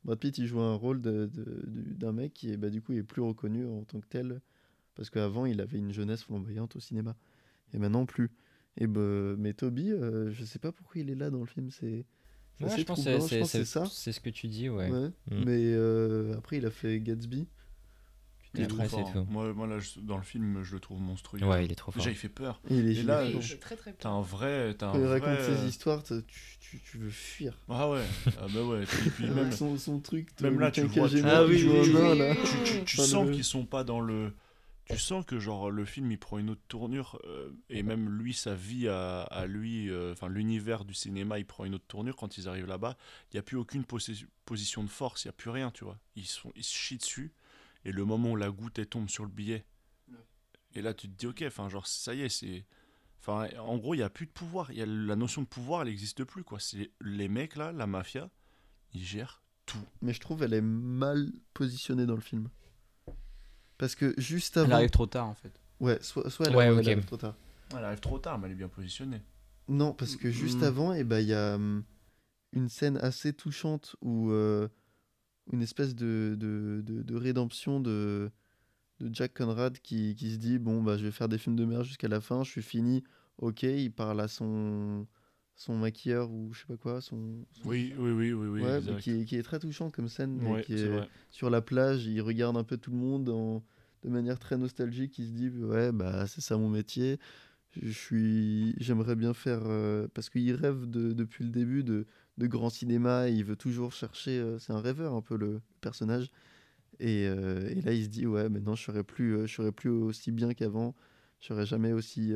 Brad Pitt, il joue un rôle d'un mec qui est, bah, du coup, est plus reconnu en tant que tel, parce qu'avant, il avait une jeunesse flamboyante au cinéma, et maintenant plus. Et bah, mais Toby, je sais pas pourquoi il est là dans le film, c'est Ouais, assez je pense troublant, que je pense que c'est ça. c'est ce que tu dis, ouais. Ouais. Mm. Mais après, il a fait Gatsby. Et après, c'est tout. Moi là, dans le film, je le trouve monstrueux. Ouais, il est trop fort. Déjà, il fait peur. Et il est Et là, giga Oui, fort. il est très très T'as bien. un vrai. Quand il raconte ses histoires, tu veux fuir. Ah ouais. Ah bah ouais. Et puis même, Avec son truc, même là, tu le vois. quinquagénaire qui joue un nain, là. Tu sens qu'ils sont pas dans le. Tu sens que genre le film il prend une autre tournure et même lui sa vie à lui, enfin l'univers du cinéma il prend une autre tournure quand ils arrivent là-bas. Il y a plus aucune position de force, il y a plus rien, tu vois. Ils se chient dessus et le moment où la goutte elle tombe sur le billet. Et là tu te dis ok, enfin genre ça y est c'est, enfin en gros il y a plus de pouvoir, il y a la notion de pouvoir elle n'existe plus quoi. C'est les mecs là, la mafia, ils gèrent tout. Mais je trouve elle est mal positionnée dans le film. Parce que juste avant. Elle arrive trop tard en fait. Ouais, soit elle, Ouais, elle ok. arrive trop tard. Elle arrive trop tard mais elle est bien positionnée. Non, parce que juste avant, eh ben, il y a une scène assez touchante où une espèce de rédemption de Jack Conrad qui se dit bon, bah, je vais faire des films de merde jusqu'à la fin, je suis fini. Ok, il parle à son maquilleur ou je sais pas quoi. Oui, Ouais, mais exact. qui est très touchant comme scène. Mais Ouais, qui c'est est vrai. sur la plage, il regarde un peu tout le monde de manière très nostalgique. Il se dit ouais, bah, c'est ça mon métier. J'aimerais bien faire parce qu'il rêve depuis le début de grand cinéma. Et il veut toujours chercher. C'est un rêveur un peu le personnage. Et là, il se dit ouais, maintenant je serai plus aussi bien qu'avant. Je serai jamais aussi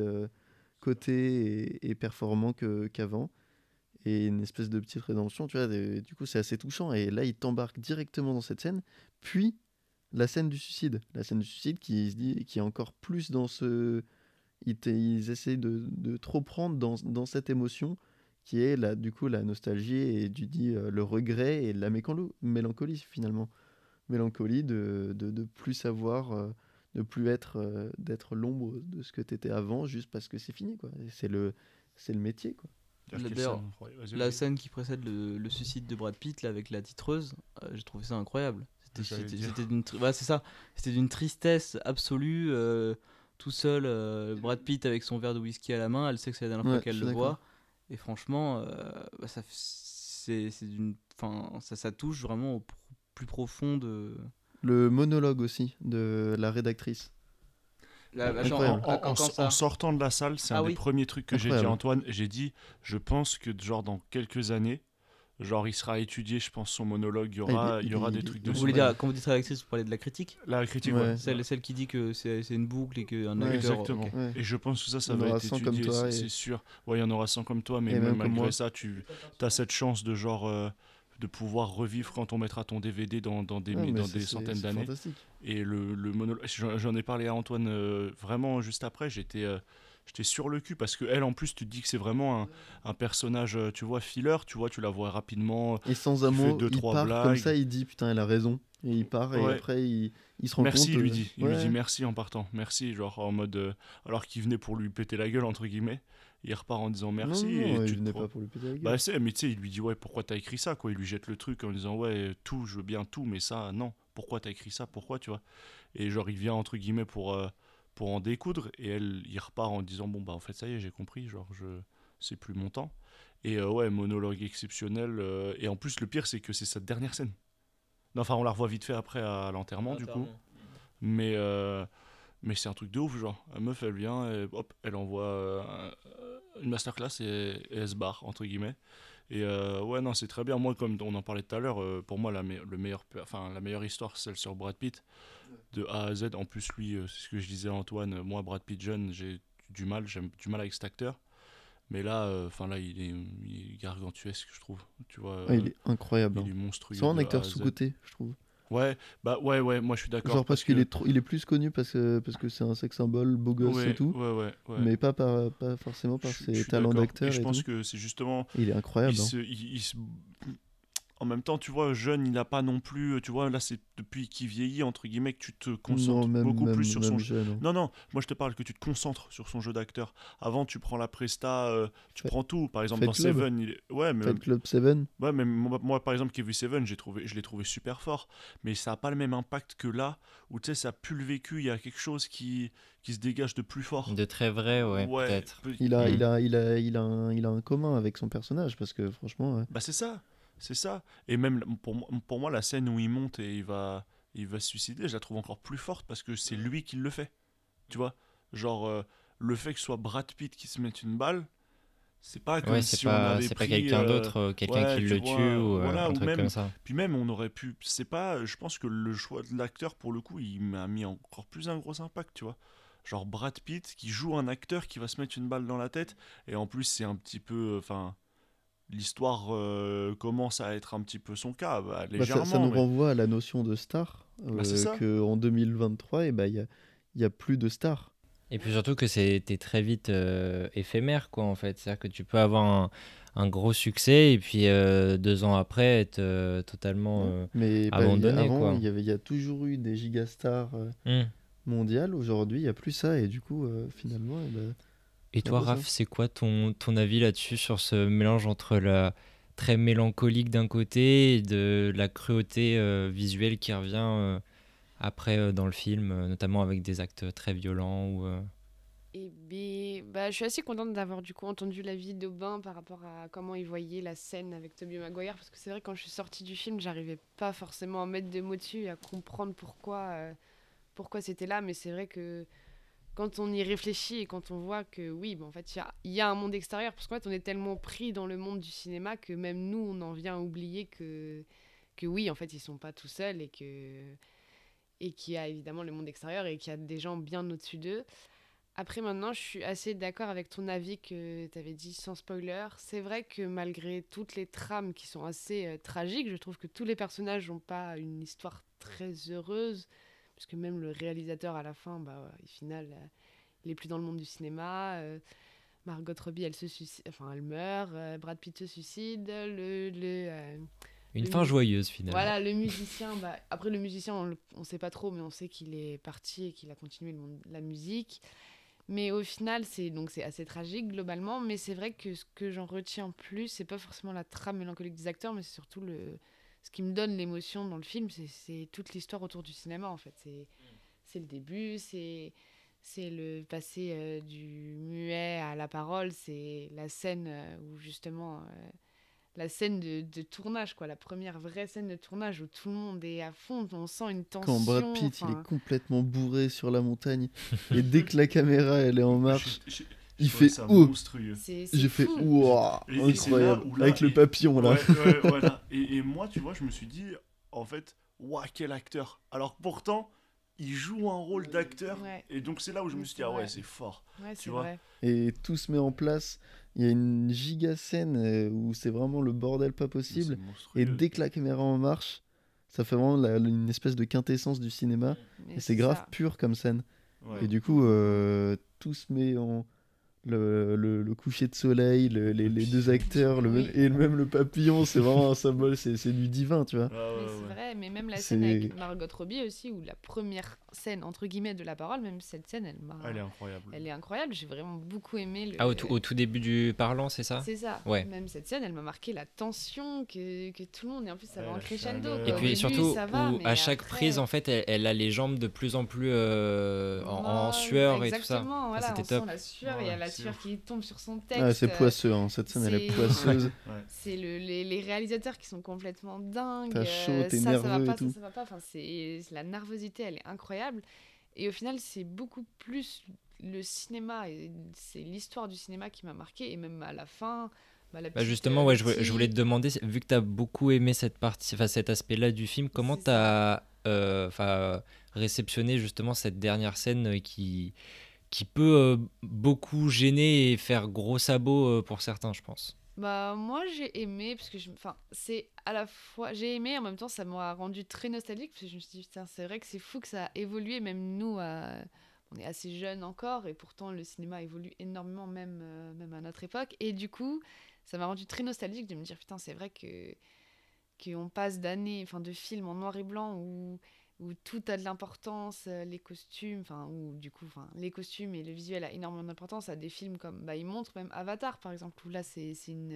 coté et performant qu'avant. Et une espèce de petite rédemption, tu vois. Du coup, c'est assez touchant. Et là, il t'embarque directement dans cette scène. Puis la scène du suicide, qui se dit, qui est encore plus dans ce. Ils essayent de trop prendre dans cette émotion qui est du coup la nostalgie et le regret et la mélancolie finalement. Mélancolie de plus savoir, de plus être, d'être l'ombre de ce que tu étais avant juste parce que c'est fini, quoi. Et c'est le métier, quoi. D'ailleurs, la scène qui précède le suicide de Brad Pitt là, avec la titreuse, j'ai trouvé ça incroyable. C'est ça. C'était d'une tristesse absolue. Tout seul, Brad Pitt avec son verre de whisky à la main, elle sait que c'est la dernière fois qu'elle le voit. Et franchement, ça touche vraiment au plus profond de. Le monologue aussi de la rédactrice. En sortant de la salle, c'est un des premiers trucs que j'ai dit à Antoine. J'ai dit, je pense que genre dans quelques années, genre il sera étudié, je pense, son monologue, il y aura des trucs dessus. Vous voulez dire, quand vous dites rédactrice, vous parlez de la critique ? La critique, ouais. Celle qui dit que c'est une boucle et qu'un acteur... Exactement. Ouais. Et je pense que ça va être étudié, c'est sûr. Ouais, il y en aura 100 comme toi, mais même malgré ça, tu as cette chance de genre... de pouvoir revivre quand on mettra ton DVD dans des centaines d'années. Et le monologue, j'en ai parlé à Antoine vraiment juste après, j'étais sur le cul parce que elle en plus tu te dis que c'est vraiment un personnage, tu vois, filler, tu vois, tu la vois rapidement. Et sans un mot, il part blagues. comme ça, il dit putain elle a raison. Et il part et après il se rend merci, compte. Il lui dit merci en partant, merci, genre en mode alors qu'il venait pour lui péter la gueule entre guillemets. Il repart en disant merci. Non, il venait pas pour lui péter la gueule. Bah mais tu sais, il lui dit ouais, pourquoi t'as écrit ça quoi. Il lui jette le truc en disant ouais, tout, je veux bien tout, mais ça, non. Pourquoi t'as écrit ça, pourquoi, tu vois. Et genre, il vient entre guillemets pour en découdre, et il repart en disant bon bah en fait ça y est, j'ai compris, genre c'est plus mon temps. Et ouais, monologue exceptionnel. Et en plus, le pire, c'est que c'est sa dernière scène. Non, enfin, on la revoit vite fait après à l'enterrement, du coup. Mais c'est un truc de ouf, genre. La meuf, elle vient, et hop, elle envoie une masterclass et elle se barre, entre guillemets. Et ouais, non, c'est très bien. Moi, comme on en parlait tout à l'heure, pour moi, la meilleure histoire, c'est celle sur Brad Pitt, de A à Z. En plus, lui, c'est ce que je disais à Antoine, moi, Brad Pitt jeune, j'ai du mal avec cet acteur. Mais là, là, il est gargantuesque, je trouve. Tu vois, il est incroyable. Il est monstrueux. C'est un acteur sous-côté, je trouve. Ouais, moi je suis d'accord. Genre parce qu'il est plus connu parce que c'est un sex symbole, beau gosse et tout. Ouais. Mais pas forcément par ses talents d'acteur. Et je pense que c'est justement. Il est incroyable. en même temps, tu vois, jeune, il a pas non plus, tu vois, là c'est depuis qu'il vieillit entre guillemets que tu te concentres Non, beaucoup plus sur son même jeu. jeune. Hein. Non, non, moi je te parle que tu te concentres sur son jeu d'acteur. Avant, tu prends la presta, tu Fait- prends tout. Par exemple, Fight dans Club. Seven, ouais, mais Fight Club 7. ouais, mais moi, par exemple, qui ai vu Seven, je l'ai trouvé super fort. Mais ça a pas le même impact que là, où tu sais, ça pue le vécu. Il y a quelque chose qui se dégage de plus fort. De très vrai, ouais, peut-être. Il a, Mm. il a un commun avec son personnage parce que franchement, Bah c'est ça, c'est ça. Et même pour moi, la scène où il monte et il va se suicider, je la trouve encore plus forte parce que c'est lui qui le fait. Tu vois, genre le fait que ce soit Brad Pitt qui se mette une balle, c'est pas comme Ouais, si on avait c'est pas pris, quelqu'un d'autre, quelqu'un ouais, qui tu le vois, tue ou voilà, un ou truc même, comme ça. puis même on aurait pu, c'est pas, je pense que le choix de l'acteur pour le coup, il m'a mis encore plus un gros impact, tu vois. Genre Brad Pitt qui joue un acteur qui va se mettre une balle dans la tête et en plus c'est un petit peu, enfin, l'histoire commence à être un petit peu son cas, bah, bah, légèrement. ça nous mais- renvoie à la notion de star. Bah, c'est ça. Qu'en 2023, il y a plus de stars. Et puis surtout que c'était très vite éphémère, quoi, en fait. C'est-à-dire que tu peux avoir un gros succès et puis 2 ans après être totalement Mais abandonné, avant, quoi. il y a toujours eu des gigastars mondiales. Aujourd'hui, il n'y a plus ça. Et du coup, finalement, Et toi, c'est un peu Raph, c'est quoi ton avis là-dessus sur ce mélange entre la très mélancolique d'un côté et de la cruauté visuelle qui revient après dans le film, notamment avec des actes très violents ou, Et je suis assez contente d'avoir du coup entendu l'avis d'Aubin par rapport à comment il voyait la scène avec Tobey Maguire, parce que c'est vrai quand je suis sortie du film, j'arrivais pas forcément à mettre de mots dessus et à comprendre pourquoi c'était là, mais c'est vrai que quand on y réfléchit et quand on voit que oui, en fait, il y a un monde extérieur, parce qu'en fait, on est tellement pris dans le monde du cinéma que même nous, on en vient à oublier que oui, en fait, ils sont pas tout seuls et qu'il y a évidemment le monde extérieur et qu'il y a des gens bien au-dessus d'eux. Après, maintenant, je suis assez d'accord avec ton avis que tu avais dit sans spoiler. C'est vrai que malgré toutes les trames qui sont assez tragiques, je trouve que tous les personnages n'ont pas une histoire très heureuse, parce que même le réalisateur, à la fin, au final, il est plus dans le monde du cinéma. Margot Robbie, elle meurt. Brad Pitt se suicide. une Le fin mu- joyeuse finalement. Voilà, le musicien, après le musicien, on sait pas trop, mais on sait qu'il est parti et qu'il a continué le monde de la musique. Mais au final, c'est assez tragique globalement, mais c'est vrai que ce que j'en retiens plus, c'est pas forcément la trame mélancolique des acteurs, mais c'est surtout ce qui me donne l'émotion dans le film, c'est toute l'histoire autour du cinéma en fait. C'est le début, c'est le passé du muet à la parole, c'est la scène où justement la scène de tournage, quoi, la première vraie scène de tournage où tout le monde est à fond, on sent une tension. Quand Brad Pitt il enfin, est complètement bourré sur la montagne et dès que la caméra elle est en marche, il trouvais fait ça ouh. monstrueux. c'est J'ai fait fou. ouah, Et c'est incroyable là où là, avec le papillon là. Ouais, voilà. Et moi, tu vois, je me suis dit, en fait, ouah, quel acteur. Alors que pourtant, il joue un rôle d'acteur. Ouais. Et donc, c'est là où je me suis dit, C'est ah ouais, vrai. c'est fort. Ouais, Tu c'est vois. vrai. Et tout se met en place. Il y a une giga scène où c'est vraiment le bordel pas possible. C'est monstrueux. Et dès que la caméra en marche, ça fait vraiment une espèce de quintessence du cinéma. Mais Et c'est grave ça. pur comme scène. Ouais. Et du coup, tout se met en. Le coucher de soleil, les deux acteurs, Oui. et même le papillon, c'est vraiment un symbole, c'est du divin, tu vois. Ah Mais ouais, c'est ouais. vrai, mais même la C'est- scène avec Margot Robbie aussi, où la première scène, entre guillemets, de la parole, même cette scène, Elle est incroyable. elle est incroyable. J'ai vraiment beaucoup aimé le... Ah, au tout début du parlant, c'est ça? C'est ça. Ouais. Même cette scène, elle m'a marqué la tension que tout le monde... Et en plus, ça va Ouais, en la crescendo. chaleur. quoi. Et Au puis début, surtout, ça va, où mais à chaque après- prise, en fait, elle a les jambes de plus en plus en Ouais, sueur et tout ça. exactement, voilà, c'était on top. sent la sueur, il y a Ouais, la c'est sueur ouf. qui tombe sur son texte. Ah, c'est poisseux, hein. Cette scène elle est c'est- poisseuse. C'est les réalisateurs qui sont complètement dingues. T'as chaud, t'es ça va nerveux et pas, tout. ça va pas. Enfin, la nervosité, elle est incroyable. Et au final, c'est beaucoup plus le cinéma et c'est l'histoire du cinéma qui m'a marqué. Et même à la fin, la Bah petite, justement, ouais, je Letty- voulais te demander, vu que tu as beaucoup aimé cette partie, enfin, cet aspect-là du film, comment C'est tu as réceptionné justement cette dernière scène qui peut beaucoup gêner et faire gros sabot pour certains, je pense. Bah moi j'ai aimé parce que c'est à la fois j'ai aimé en même temps ça m'a rendu très nostalgique parce que je me suis dit putain c'est vrai que c'est fou que ça a évolué même nous on est assez jeunes encore et pourtant le cinéma évolue énormément même à notre époque et du coup ça m'a rendu très nostalgique de me dire putain c'est vrai que qu'on passe d'années, enfin de films en noir et blanc où tout a de l'importance, les costumes, enfin où du coup, enfin les costumes et le visuel a énormément d'importance, à des films comme, bah, ils montrent même Avatar par exemple, où là c'est une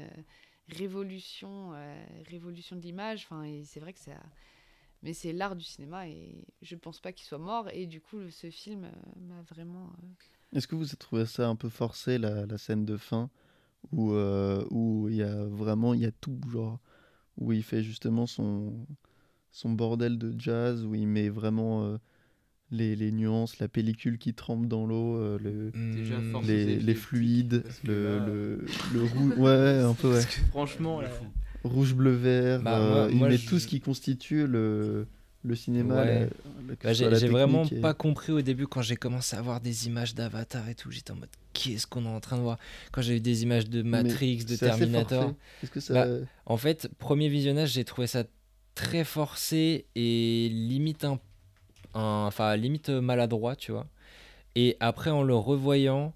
révolution de l'image, enfin et c'est vrai que ça, mais c'est l'art du cinéma et je pense pas qu'il soit mort et du coup ce film m'a vraiment. Est-ce que vous avez trouvé ça un peu forcé, la scène de fin, où il y a vraiment, il y a tout, genre, où il fait justement son bordel de jazz, où il met vraiment les nuances, la pellicule qui trempe dans l'eau, Déjà, force aux les effets optiques, fluides, parce que là, le rouge, ouais, un peu, ouais. Parce que franchement, là, Rouge, bleu, vert, Bah, il moi, met je- tout ce qui constitue le cinéma, Ouais. que Bah, ce soit la j'ai vraiment technique et- pas compris au début quand j'ai commencé à voir des images d'Avatar et tout. J'étais en mode, qu'est-ce qu'on est en train de voir? Quand j'ai eu des images de Mais Matrix, de c'est assez Terminator. forcé. Est-ce que ça... Bah, En fait, premier visionnage, j'ai trouvé ça très forcé et limite enfin limite maladroit, tu vois. Et après, en le revoyant,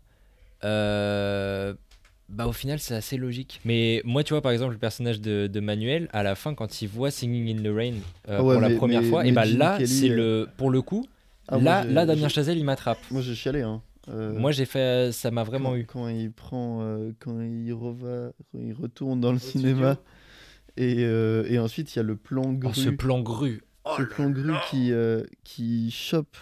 bah au final, c'est assez logique. Mais moi, tu vois, par exemple, le personnage de Manuel, à la fin, quand il voit Singing in the Rain Ah ouais, pour la mais- première mais- fois, mais et bah Gene là, Kelly, c'est pour le coup, Ah, moi, là, Damien Chazelle, il m'attrape. Moi j'ai chialé, hein. Moi, j'ai fait, ça m'a vraiment quand, eu. quand il prend, quand il retourne dans le cinéma, et ensuite il y a le plan grue. Oh, ce plan grue. Ce plan grue qui chope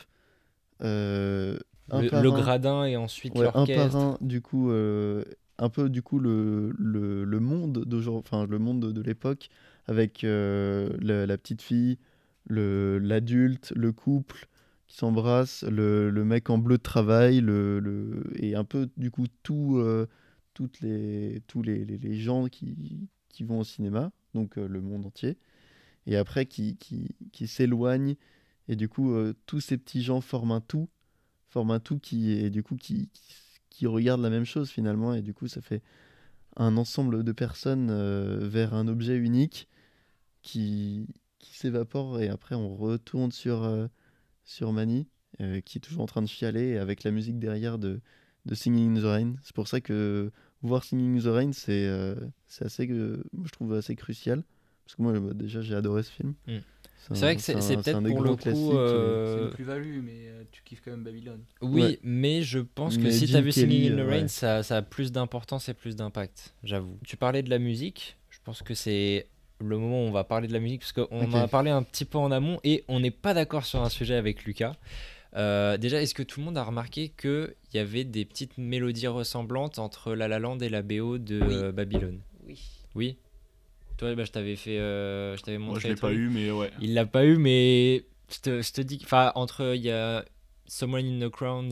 un Le, par le un, gradin et ensuite ouais, un l'orchestre. par un, du coup, un peu du coup le monde d'aujourd'hui, enfin le monde de l'époque, avec la petite fille, l'adulte, le couple qui s'embrasse, le mec en bleu de travail, et un peu du coup tous les gens qui vont au cinéma, donc le monde entier, et après qui s'éloignent, et du coup tous ces petits gens forment un tout et du coup qui regardent la même chose finalement, et du coup ça fait un ensemble de personnes vers un objet unique qui s'évapore, et après on retourne sur Manny, qui est toujours en train de chialer, avec la musique derrière de Singing in the Rain. C'est pour ça que voir Singing in the Rain, c'est assez, moi, je trouve assez crucial, parce que moi déjà j'ai adoré ce film. Mm. C'est vrai que c'est peut-être un des pour le grands coup, classiques, c'est une plus-value, mais tu kiffes quand même Babylone. Oui, Ouais. mais je pense que Mais si Gene t'as vu Kelly, Singing in the Rain, ouais. ça a plus d'importance et plus d'impact, j'avoue. Tu parlais de la musique, je pense que c'est le moment où on va parler de la musique, parce qu'on Ok. en a parlé un petit peu en amont, et on n'est pas d'accord sur un sujet avec Lucas. Déjà, est-ce que tout le monde a remarqué qu'il y avait des petites mélodies ressemblantes entre La La Land et la BO de Oui. Babylone? Oui. Oui. Toi, bah, je t'avais montré. Moi, je les l'ai pas trucs. eu, mais ouais. Il l'a pas eu, mais je te dis, enfin, il y a Someone in the Crown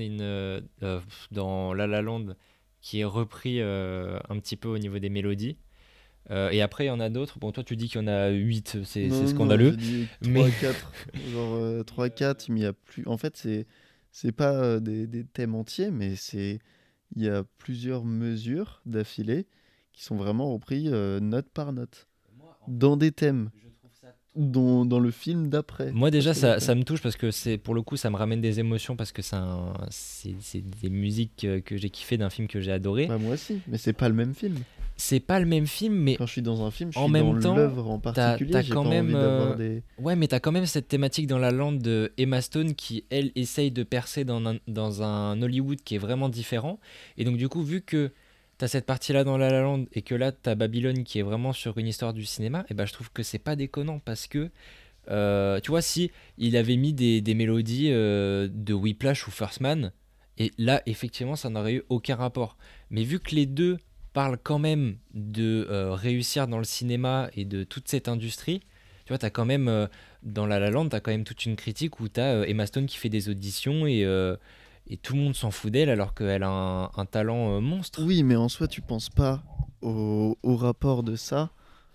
dans La La Land qui est repris un petit peu au niveau des mélodies. Et après, il y en a d'autres. Bon, toi, tu dis qu'il y en a 8, Non, c'est non, scandaleux. j'ai dit mais- 3-4. Genre 3-4, mais il y a plus. En fait, c'est pas des thèmes entiers, mais il y a plusieurs mesures d'affilée qui sont vraiment repris note par note dans des thèmes, dans le film d'après. Moi, déjà, Parce que ça me touche parce que pour le coup, ça me ramène des émotions parce que c'est des musiques que j'ai kiffé d'un film que j'ai adoré. Bah, moi aussi, mais c'est pas le même film. C'est pas le même film, mais Quand je suis dans un film, je en suis même dans temps, l'œuvre en particulier. t'as J'ai quand pas même, envie d'avoir des. ouais, mais t'as quand même cette thématique dans La Land de Emma Stone qui, elle, essaye de percer dans un Hollywood qui est vraiment différent. Et donc, du coup, vu que t'as cette partie-là dans La La Land et que là, t'as Babylone qui est vraiment sur une histoire du cinéma, et ben, je trouve que c'est pas déconnant parce que, tu vois, si il avait mis des mélodies de Whiplash ou First Man, et là, effectivement, ça n'aurait eu aucun rapport. Mais vu que les deux parlent quand même de réussir dans le cinéma et de toute cette industrie, tu vois, t'as quand même, dans La La Land, t'as quand même toute une critique où t'as Emma Stone qui fait des auditions et tout le monde s'en fout d'elle alors qu'elle a un talent monstre. Oui, mais en soi, tu penses pas au rapport de ça.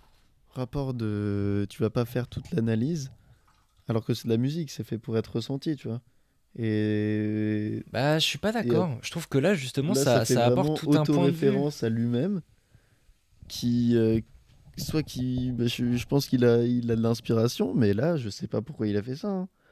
Tu vas pas faire toute l'analyse, alors que c'est de la musique, c'est fait pour être ressenti, tu vois. Et Bah, je suis pas d'accord. Je trouve que là, justement, là, ça fait vraiment apporte tout un point de vue. auto-référence à lui-même, qui je pense qu'il a de l'inspiration, mais là, je sais pas pourquoi il a fait ça, hein.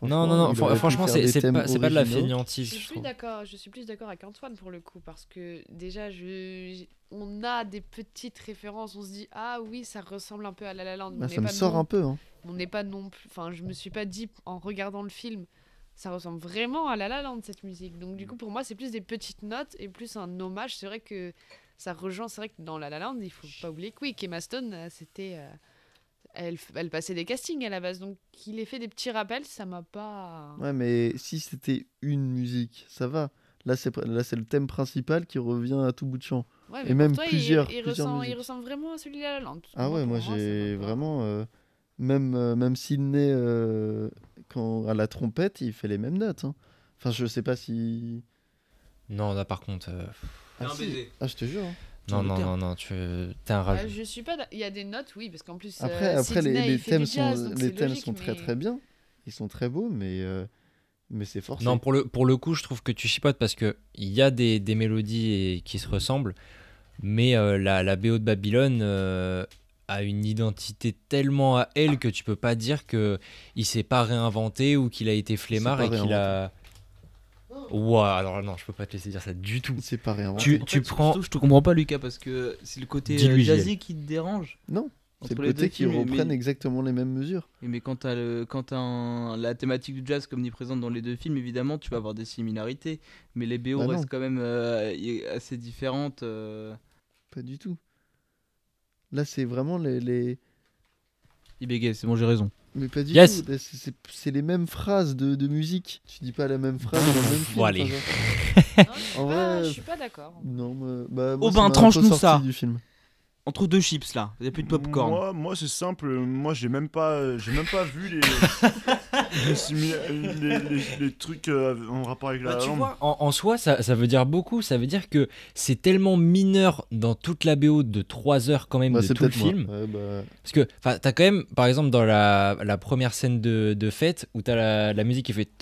Non, il aurait pu franchement, faire des c'est thèmes pas de la originaux. fainéantise, je trouve. Je suis plus d'accord avec Antoine pour le coup, parce que déjà, on a des petites références, on se dit, ah oui, ça ressemble un peu à La La Land. Bah, ça me sort un peu. Hein. On n'est pas non plus. Enfin, je me suis pas dit en regardant le film, ça ressemble vraiment à La La Land cette musique. Donc du coup, pour moi, c'est plus des petites notes et plus un hommage. C'est vrai que ça rejoint. C'est vrai que dans La La Land, il faut pas oublier que oui, Emma Stone, c'était, elle passait des castings à la base. Donc qu'il ait fait des petits rappels, ça m'a pas. Ouais, mais si c'était une musique, ça va. Là, c'est le thème principal qui revient à tout bout de champ. Ouais, Et mais même pour toi, plusieurs il musiques. ressemble vraiment à celui de La La Land. Ah ouais, moi pour j'ai ça va pas. vraiment. Même Sydney, à la trompette, il fait les mêmes notes. Hein. Enfin, je sais pas si. Non, là, par contre... Ah, Un si. baiser. Ah, je te jure. Hein. Non, t'es un rage. Je suis pas. Il y a des notes, oui, parce qu'en plus. Après Sydney, les il fait thèmes du jazz, sont, donc les c'est thèmes logique, sont très mais- très bien. Ils sont très beaux, mais c'est forcé. Non, pour le coup, je trouve que tu chipotes parce qu'il y a des mélodies qui se ressemblent, mais la BO de Babylone a une identité tellement à elle que tu peux pas dire qu'il s'est pas réinventé ou qu'il a été flemmard pas et qu'il a... Ouah, alors non, je peux pas te laisser dire ça du tout. C'est pas réinventé. Tu prends... Surtout, je te comprends pas, Lucas, parce que c'est le côté Dis-lui, jazzy Giel. qui te dérange. Non, c'est Entre le les côté deux qu'ils films, mais- reprennent exactement les mêmes mesures. Mais quand t'as la thématique du jazz comme dit présente dans les deux films, évidemment, tu vas avoir des similarités. Mais les BO Bah non. restent quand même assez différentes. Pas du tout. Là, c'est vraiment les... Il bégaye, c'est bon, j'ai raison. Mais pas du Yes. tout. Là, c'est les mêmes phrases de musique. Tu dis pas la même phrase dans le même film. Bon, allez. enfin, Non, En vrai, je suis pas d'accord. Non, moi, Oh, ça ben, m'a un peu tranche-nous sorti ça. du film. Entre deux chips là, il n'y a plus de popcorn. Moi c'est simple. Moi, j'ai même pas vu les trucs en rapport avec la Bah, tu langue. vois, en soi, ça veut dire beaucoup. Ça veut dire que c'est tellement mineur dans toute la BO de 3 heures quand même Bah, de c'est tout le peut-être moi. film. Ouais, bah, Parce que t'as quand même, par exemple, dans la première scène de fête, où t'as la musique qui fait...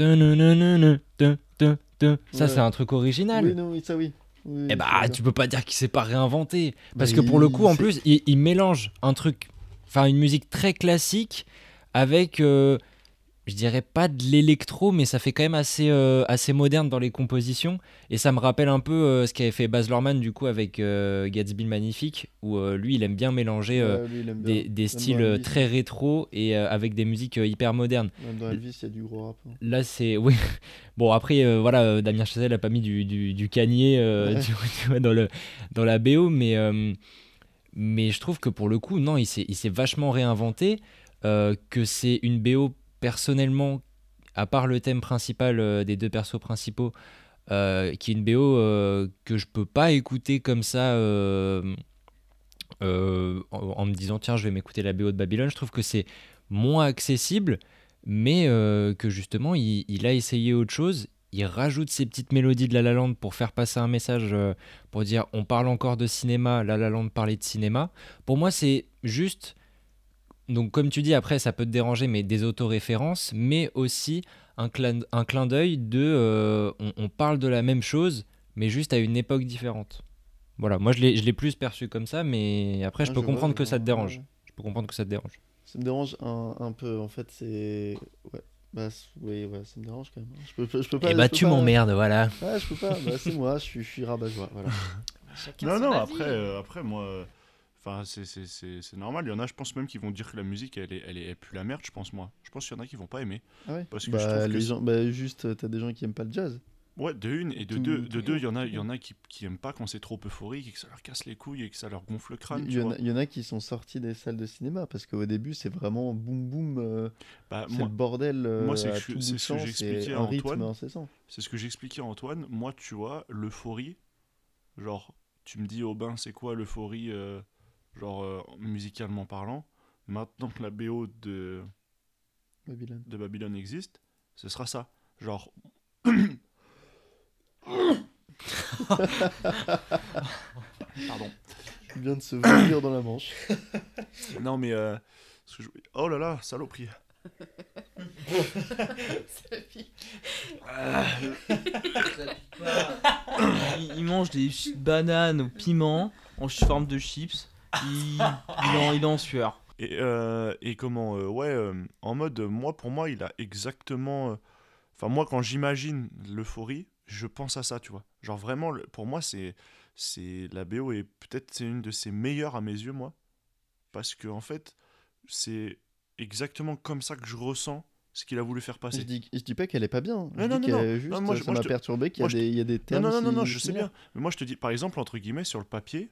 Ça, Ouais. c'est un truc original. Oui, non, oui, ça oui. Oui, Eh je bah, suis d'accord. tu peux pas dire qu'il s'est pas réinventé. Parce Bah, que pour le coup, en c'est- plus, il mélange un truc... Enfin, une musique très classique avec... je dirais pas de l'électro, mais ça fait quand même assez moderne dans les compositions. Et ça me rappelle un peu ce qu'avait fait Baz Luhrmann, du coup, avec Gatsby le Magnifique, où lui, il aime bien mélanger Ouais, lui, il aime bien. des Même styles dans Elvis, très rétro et avec des musiques hyper modernes. Même dans Elvis, il y a du gros rap. Hein. Là, c'est... Oui. Bon, après, voilà, Damien Chazelle a pas mis du Kanye Ouais. tu vois, dans la BO, mais je trouve que pour le coup, non, il s'est vachement réinventé, que c'est une BO, personnellement, à part le thème principal des deux persos principaux, qui est une BO que je peux pas écouter comme ça en me disant tiens je vais m'écouter la BO de Babylone. Je trouve que c'est moins accessible, mais que justement il a essayé autre chose. Il rajoute ces petites mélodies de La La Land pour faire passer un message, pour dire on parle encore de cinéma, La La Land parlait de cinéma. Pour moi c'est juste, donc comme tu dis, après ça peut te déranger, mais des autoréférences, mais aussi un clin d'œil de on parle de la même chose, mais juste à une époque différente. Voilà, moi je l'ai plus perçu comme ça, mais après je Ah, peux je vois, comprendre je que ça vois, te dérange. ouais. Je peux comprendre que ça te dérange. Ça me dérange un peu. En fait, c'est. Ouais. Bah, oui, ouais, ça me dérange quand même. Je peux pas. Et bah je peux tu pas- m'emmerdes, voilà. Ouais, je peux pas. Bah, c'est moi, je suis rabat-joie. Voilà. Chacun Non, son non, avis. après moi. Enfin, c'est normal. Il y en a, je pense même, qui vont dire que la musique, elle est plus la merde, je pense, moi. Je pense qu'il y en a qui vont pas aimer. Ah ouais. Parce que Bah, je trouve que les c'est- gens. Bah, juste, t'as des gens qui aiment pas le jazz. Ouais, de une, et de Tout- deux, tout il y en a, court, il y en a qui aiment pas quand c'est trop euphorique et que ça leur casse les couilles et que ça leur gonfle le crâne. Il tu y en vois. a- il y en a qui sont sortis des salles de cinéma parce qu'au début, c'est vraiment boum boum. Bah, C'est moi, le bordel. moi, c'est à que je- tout bout c'est de ce que champ, j'expliquais c'est à un rythme Antoine. incessant. c'est ce que j'expliquais à Antoine. Moi, tu vois, l'euphorie, genre, tu me dis, Aubin, c'est quoi l'euphorie, musicalement parlant. Maintenant que la BO de Babylone. Babylone existe, ce sera ça. Genre, pardon. Il vient de se vomir dans la manche. Non, mais. Oh là là, saloperie. Il mange des bananes au piment en forme de chips. Il est en sueur. Et comment, en mode, pour moi, il a exactement. Enfin, moi, quand j'imagine l'euphorie, je pense à ça, tu vois. Genre vraiment, pour moi, la BO est peut-être c'est une de ses meilleures à mes yeux, moi. Parce que, en fait, c'est exactement comme ça que je ressens ce qu'il a voulu faire passer. Je dis pas qu'elle est pas bien. Je Non, dis non, qu'elle non. juste, Non, moi, ça m'a perturbé qu'il y a des termes. Non, je sais bien. Mais moi, je te dis, par exemple, entre guillemets, sur le papier,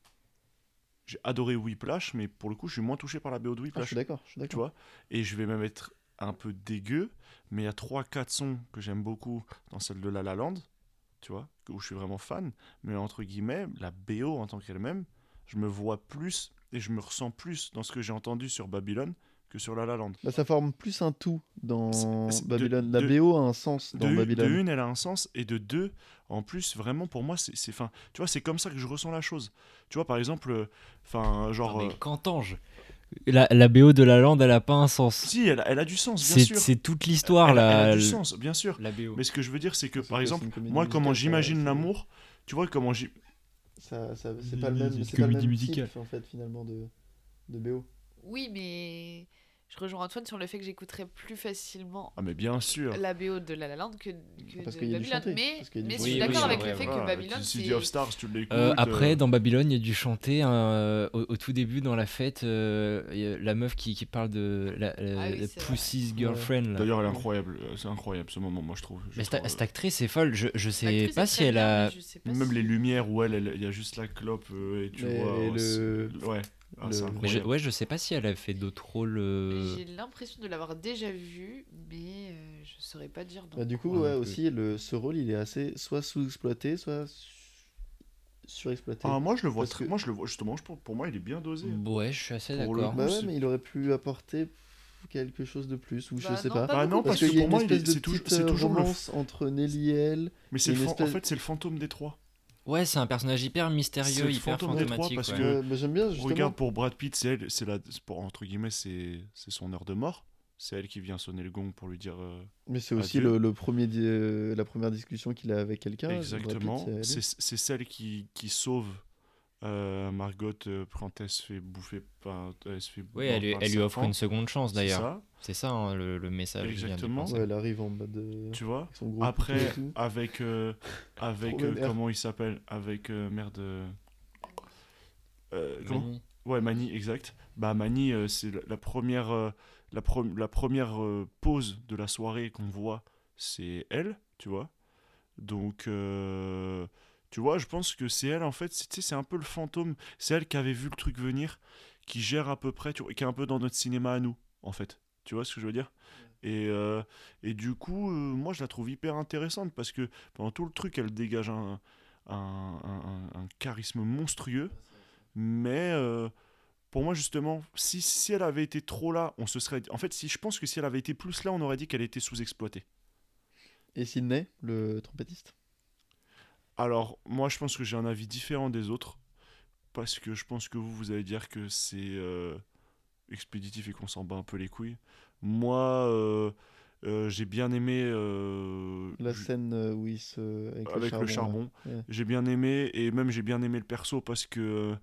j'ai adoré Whiplash, mais pour le coup, je suis moins touché par la BO de Je Whiplash. suis d'accord. Tu vois. Et je vais même être un peu dégueu, mais il y a 3-4 sons que j'aime beaucoup dans celle de La La Land, tu vois, où je suis vraiment fan. Mais entre guillemets, la BO en tant qu'elle-même, je me vois plus et je me ressens plus dans ce que j'ai entendu sur Babylone que sur La La Land. Bah, ça forme plus un tout dans Babylone. de- La BO a un sens dans Babylone. De une, elle a un sens, et de deux, en plus, vraiment, pour moi, c'est tu vois, c'est comme ça que je ressens la chose. Tu vois, par exemple, genre... Non, mais Cantange, la BO de La Land, elle a pas un sens. Si, elle a du sens, bien sûr. C'est toute l'histoire, Elle là. a du sens, bien sûr. La BO. Mais ce que je veux dire, c'est que, Parce par que exemple, c'est une comédie moi, comment musicale, j'imagine c'est- l'amour, tu vois, comment j'y... C'est pas le même, Une c'est pas le comédie même musicale. type en fait finalement de BO. Oui, mais je rejoins Antoine sur le fait que j'écouterais plus facilement Ah, mais bien sûr. la BO de La La Land que Parce de qu'il y a du Babylone. chanté, Mais, parce qu'il y a du mais je chanté. suis Oui, d'accord oui, avec ouais, le fait voilà. que Babylone, City c'est... of Stars, tu l'écoutes. Après, dans Babylone, il y a du chanter au tout début dans la fête. Il y a la meuf qui parle de la oui, c'est Pussy's Girlfriend. là. D'ailleurs, elle est incroyable. C'est incroyable ce moment, moi, je trouve. Mais cette actrice est folle. Je sais L'actrice pas est si très elle bien, a. mais je sais pas Même si- les lumières où il y a juste la clope et tu Mais vois. Ouais. Ah, le- c'est Mais incroyable. je sais pas si elle a fait d'autres rôles. J'ai l'impression de l'avoir déjà vu, mais je saurais pas dire. Bah, du coup, Ouais, ouais, un peu. aussi, ce rôle, il est assez soit sous-exploité, soit surexploité. Ah, moi, je le vois Parce que- moi, je le vois justement, pour moi, il est bien dosé. Ouais, je suis assez Pour le d'accord. coup, Bah ouais, c'est- mais il aurait pu apporter quelque chose de plus, ou je Bah sais non, pas. pas Bah non, beaucoup, parce Parce que qu'il y a pour moi, une espèce de c'est toujours, petite c'est toujours le. romance entre Nelly et elle. Mais c'est une en espèce- fait, c'est le fantôme des trois. Ouais, c'est un personnage hyper C'est mystérieux, le hyper fantôme des trois, fantomatique. parce ouais. que- Ouais, bah, j'aime bien justement. Regarde, pour Brad Pitt, entre guillemets, c'est son heure de mort. C'est elle qui vient sonner le gong pour lui dire. Mais c'est aussi Adieu. le premier la première discussion qu'il a avec quelqu'un. Exactement. Brad Pitt, C'est celle qui sauve Margot quand elle se fait bouffer par. Elle se fait Oui, mordre par le elle lui offre serpent. une seconde chance C'est d'ailleurs. ça, C'est ça hein, le message. je viens d'y Exactement. penser. ouais, elle arrive en mode. tu vois. Avec son gros couteau Après, et tout. avec Trop vénère. comment il s'appelle, avec merde. Comment Mani. Ouais, Mani, exact. Bah Mani, c'est la première, la première pause de la soirée qu'on voit, c'est elle, tu vois. Donc, tu vois, je pense que c'est elle, en fait, tu sais, c'est un peu le fantôme. C'est elle qui avait vu le truc venir, qui gère à peu près, tu vois, qui est un peu dans notre cinéma à nous, en fait. Tu vois ce que je veux dire ? Et du coup, moi, je la trouve hyper intéressante parce que pendant tout le truc, elle dégage un charisme monstrueux. Mais pour moi, justement, si elle avait été trop là, on se serait. En fait, je pense que si elle avait été plus là, on aurait dit qu'elle était sous-exploitée. Et Sydney, le trompettiste. Alors, moi, je pense que j'ai un avis différent des autres. Parce que je pense que vous allez dire que c'est expéditif et qu'on s'en bat un peu les couilles. Moi, j'ai bien aimé. La scène où il se. Avec le charbon. là. Ouais. J'ai bien aimé, et même j'ai bien aimé le perso parce que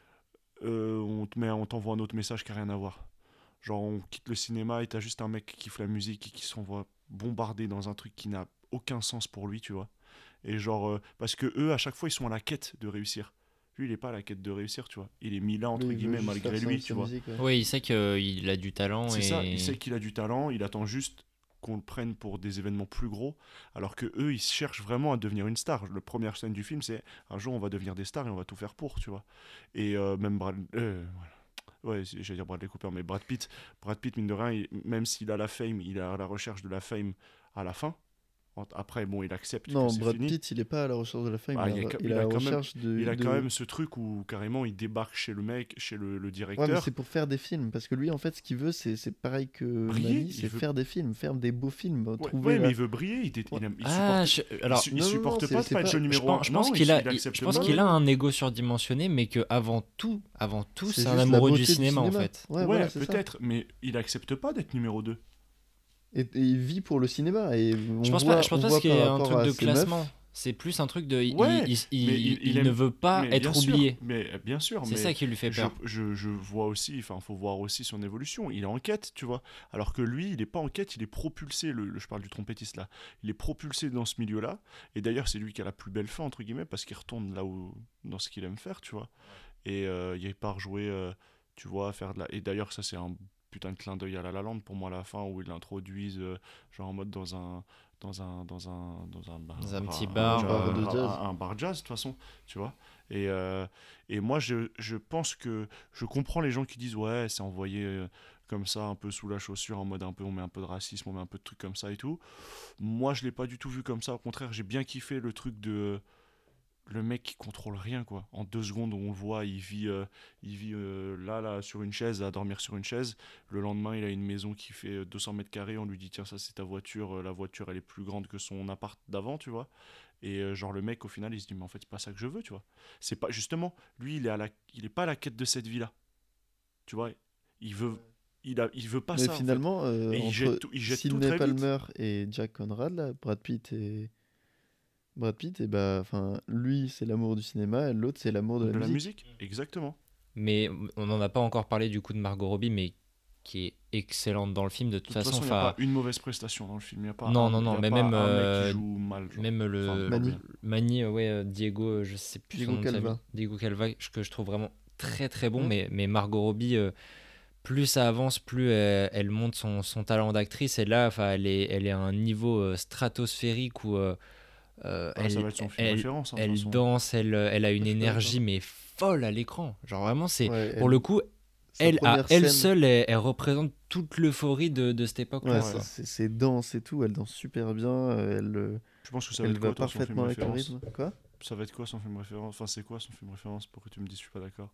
on t'envoie un autre message qui n'a rien à voir. Genre, on quitte le cinéma et t'as juste un mec qui kiffe la musique et qui s'envoie bombarder dans un truc qui n'a aucun sens pour lui, tu vois. Et genre, parce que eux, à chaque fois, ils sont à la quête de réussir. Lui, il est pas à la quête de réussir, tu vois. Il est mis là, entre Lui, il veut guillemets, juste malgré faire lui, sa tu vois. musique, ouais. Oui, il sait qu'il a du talent. C'est et... ça, il sait qu'il a du talent, il attend juste qu'on le prenne pour des événements plus gros, alors que eux, ils cherchent vraiment à devenir une star. La première scène du film, c'est un jour on va devenir des stars et on va tout faire pour, tu vois. Et même ouais, j'allais dire Bradley Cooper, mais Brad Pitt, mine de rien, même s'il a la fame, il est à la recherche de la fame à la fin. Après, bon, il accepte Non, que c'est Brad fini. Pitt, il est pas à la recherche de la fame, Ah, il il est a à la quand même- recherche de. Il a de- quand même ce truc où carrément il débarque chez le mec, chez le Ouais, mais directeur. c'est pour faire des films. Parce que lui, en fait, ce qu'il veut, c'est pareil que Briller, Mani, il c'est veut- faire des films, faire des beaux films. Ouais, trouver mais la- il veut briller, il Ah, supporte, alors, il non, non, supporte non, pas de c'est pas être pas- le je numéro pense, 1. je pense Non, qu'il a, accepte je pense pas. qu'il a un ego surdimensionné, mais que avant tout, c'est juste un la amoureux du beauté cinéma, en fait. Ouais, Ouais, voilà, c'est ça. peut-être, mais il accepte pas d'être numéro 2. Et il vit pour le cinéma. Et Je pense pas, je pense pas qu'il y ait un truc de classement. C'est plus un truc de. Ouais, Il aime- ne veut pas mais être bien sûr, oublié. Mais bien sûr, C'est mais ça qui lui fait peur. je vois aussi, enfin, faut voir aussi son évolution. Il est en quête, tu vois. Alors que lui, il est pas en quête, il est propulsé. Je parle du trompettiste là. Il est propulsé dans ce milieu-là. Et d'ailleurs, c'est lui qui a la plus belle fin entre guillemets parce qu'il retourne là où, dans ce qu'il aime faire, tu vois. Et il part jouer, tu vois, faire de la. Et d'ailleurs, ça c'est un putain de clin d'œil à La La Land pour moi à la fin où ils l'introduisent genre en mode dans un Dans un petit bar, bar de jazz. un bar jazz de toute façon, tu vois. Et moi je pense que je comprends les gens qui disent ouais c'est envoyé comme ça un peu sous la chaussure en mode un peu on met un peu de racisme, on met un peu de trucs comme ça et tout. Moi je l'ai pas du tout vu comme ça, au contraire j'ai bien kiffé le truc de le mec qui contrôle rien quoi. En 2 secondes on le voit, il vit là sur une chaise, à dormir sur une chaise. Le lendemain il a une maison qui fait 200 mètres carrés. On lui dit tiens ça c'est ta voiture, la voiture elle est plus grande que son appart d'avant tu vois. Et genre le mec au final il se dit mais en fait c'est pas ça que je veux tu vois. C'est pas justement lui il est pas à la quête de cette vie là. Tu vois, il veut il veut pas Mais ça. finalement, Et il entre jette tout Sidney très vite. Palmer et Jack Conrad, là, Brad Pitt, et bah, enfin, lui c'est l'amour du cinéma, et l'autre c'est l'amour de la musique. Exactement. Mais on n'en a pas encore parlé du coup de Margot Robbie, mais qui est excellente dans le film de toute De toute façon, il n'y enfin, a pas une mauvaise prestation dans le film. Y a pas Non, un, non, non, y a mais pas même, un mec qui joue mal. Genre. même le Enfin, Mani. bien. Mani, Diego, je sais plus Diego son nom de Calva. famille. Diego Calva, que je trouve vraiment très très bon, Mm. mais Margot Robbie, plus ça avance, plus elle monte son talent d'actrice, et là, enfin, elle est à un niveau stratosphérique où Ça va être son film référence. Hein, de elle toute façon. danse, elle a une Je suis énergie mais folle à l'écran. Genre vraiment, c'est Ouais, pour le coup, sa elle à première elle scène- seule, elle représente toute l'euphorie de cette époque-là. Ouais, quoi. c'est danse et tout, elle danse super bien, Je pense que ça va elle être quoi, va toi, son film parfaitement avec le référence rythme. Quoi Ça va être quoi son film référence Enfin, c'est quoi son film référence pour que tu me dises je suis pas d'accord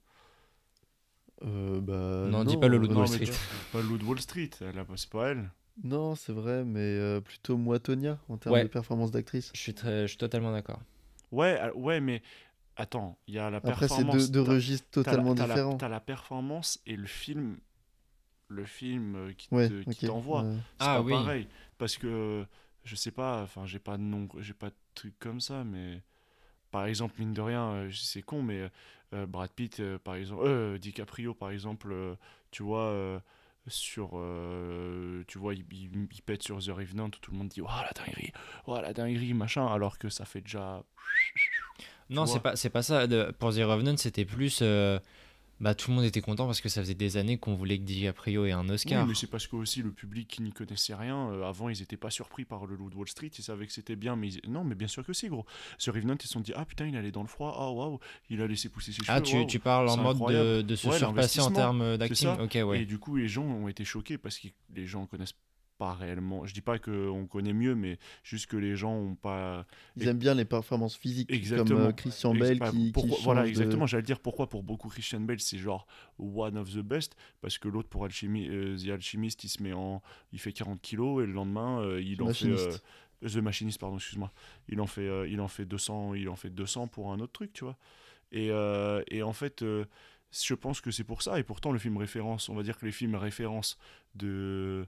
bah, Non, dis pas le Loup de Non, Wall mais Street. pas le Loup de Wall Street, c'est pas elle. Non, c'est vrai, mais plutôt moi, Tonya, en termes Ouais. de performance d'actrice. Je suis totalement d'accord. Ouais, mais attends, il y a la Après, c'est performance. deux registres totalement différents. T'as la performance et le film qui Ouais, qui ok, t'envoie. ouais. C'est Ah pas oui. pareil. Parce que, je sais pas, enfin, j'ai pas de truc comme ça, mais par exemple, mine de rien, c'est con, mais Brad Pitt, par exemple, DiCaprio, par exemple, tu vois, tu vois, il pète sur The Revenant, où tout le monde dit, oh la dinguerie, machin, alors que ça fait déjà. Non, vois. c'est pas ça. Pour The Revenant, c'était plus. Tout le monde était content parce que ça faisait des années qu'on voulait que DiCaprio ait un Oscar. Oui, mais c'est parce que aussi le public qui n'y connaissait rien, avant ils étaient pas surpris par le Loup de Wall Street, ils savaient que c'était bien, mais non, mais bien sûr que si, gros. The Revenant, ils se sont dit, ah putain, il allait dans le froid, ah waouh, il a laissé pousser ses cheveux. waouh, Tu parles en c'est mode incroyable. de se Ouais, surpasser en l'investissement, termes c'est d'acting. ça. Ok, ouais. Et du coup, les gens ont été choqués parce que les gens connaissent pas réellement. Je dis pas qu'on connaît mieux, mais juste que les gens ont pas. Ils aiment bien les performances physiques, Exactement. comme Christian Bale qui Voilà, change de- exactement. J'allais dire pourquoi pour beaucoup Christian Bale c'est genre one of the best parce que l'autre pour The Alchemist il fait 40 kilos et le lendemain il en Machiniste. fait The Machinist pardon excuse-moi il en fait 200 pour un autre truc tu vois et en fait je pense que c'est pour ça et pourtant le film référence on va dire que les films référence de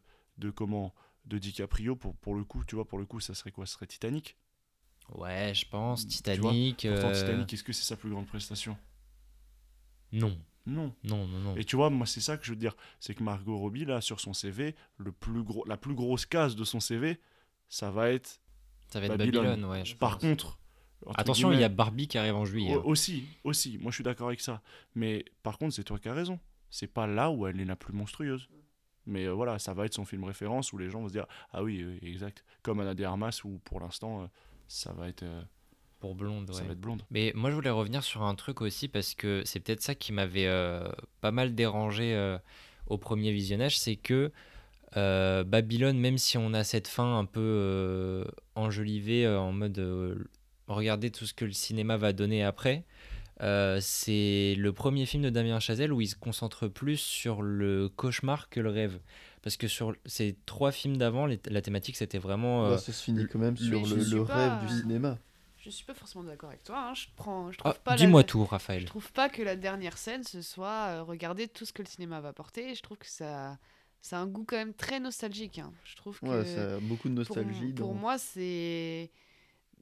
DiCaprio pour le coup tu vois pour le coup ça serait quoi, ça serait Titanic. Ouais, je pense. Tu vois, Titanic. Pourtant, Titanic, est-ce que c'est sa plus grande prestation? Non. Non. Non, non, non. Et tu vois, moi, c'est ça que je veux dire. C'est que Margot Robbie, là, sur son CV, la plus grosse case de son CV, ça va être Ça va être Babylone, ouais. Je Par pense. contre, entre Attention, il y guillemets, a Barbie qui arrive en juillet. hein. Aussi, moi je suis d'accord avec ça. Mais par contre, c'est toi qui as raison. C'est pas là où elle est la plus monstrueuse. Mais voilà, ça va être son film référence où les gens vont se dire ah oui, exact. Comme Ana de Armas où pour l'instant ça va être Pour Blonde, ça ouais. va être Blonde. Mais moi, je voulais revenir sur un truc aussi parce que c'est peut-être ça qui m'avait pas mal dérangé au premier visionnage, c'est que Babylone, même si on a cette fin un peu enjolivée en mode regardez tout ce que le cinéma va donner après, c'est le premier film de Damien Chazelle où il se concentre plus sur le cauchemar que le rêve. Parce que sur ces 3 films d'avant, la thématique c'était vraiment. Bah, ça se finit quand même sur je suis le pas- rêve du cinéma. Je suis pas forcément d'accord avec toi. Hein. Je trouve Ah, pas dis-moi la... tout, Raphaël. Je trouve pas que la dernière scène ce soit regarder tout ce que le cinéma va porter. Je trouve que ça a un goût quand même très nostalgique. Hein. Je trouve que Ouais, ça a beaucoup de pour, nostalgie. pour dans- moi c'est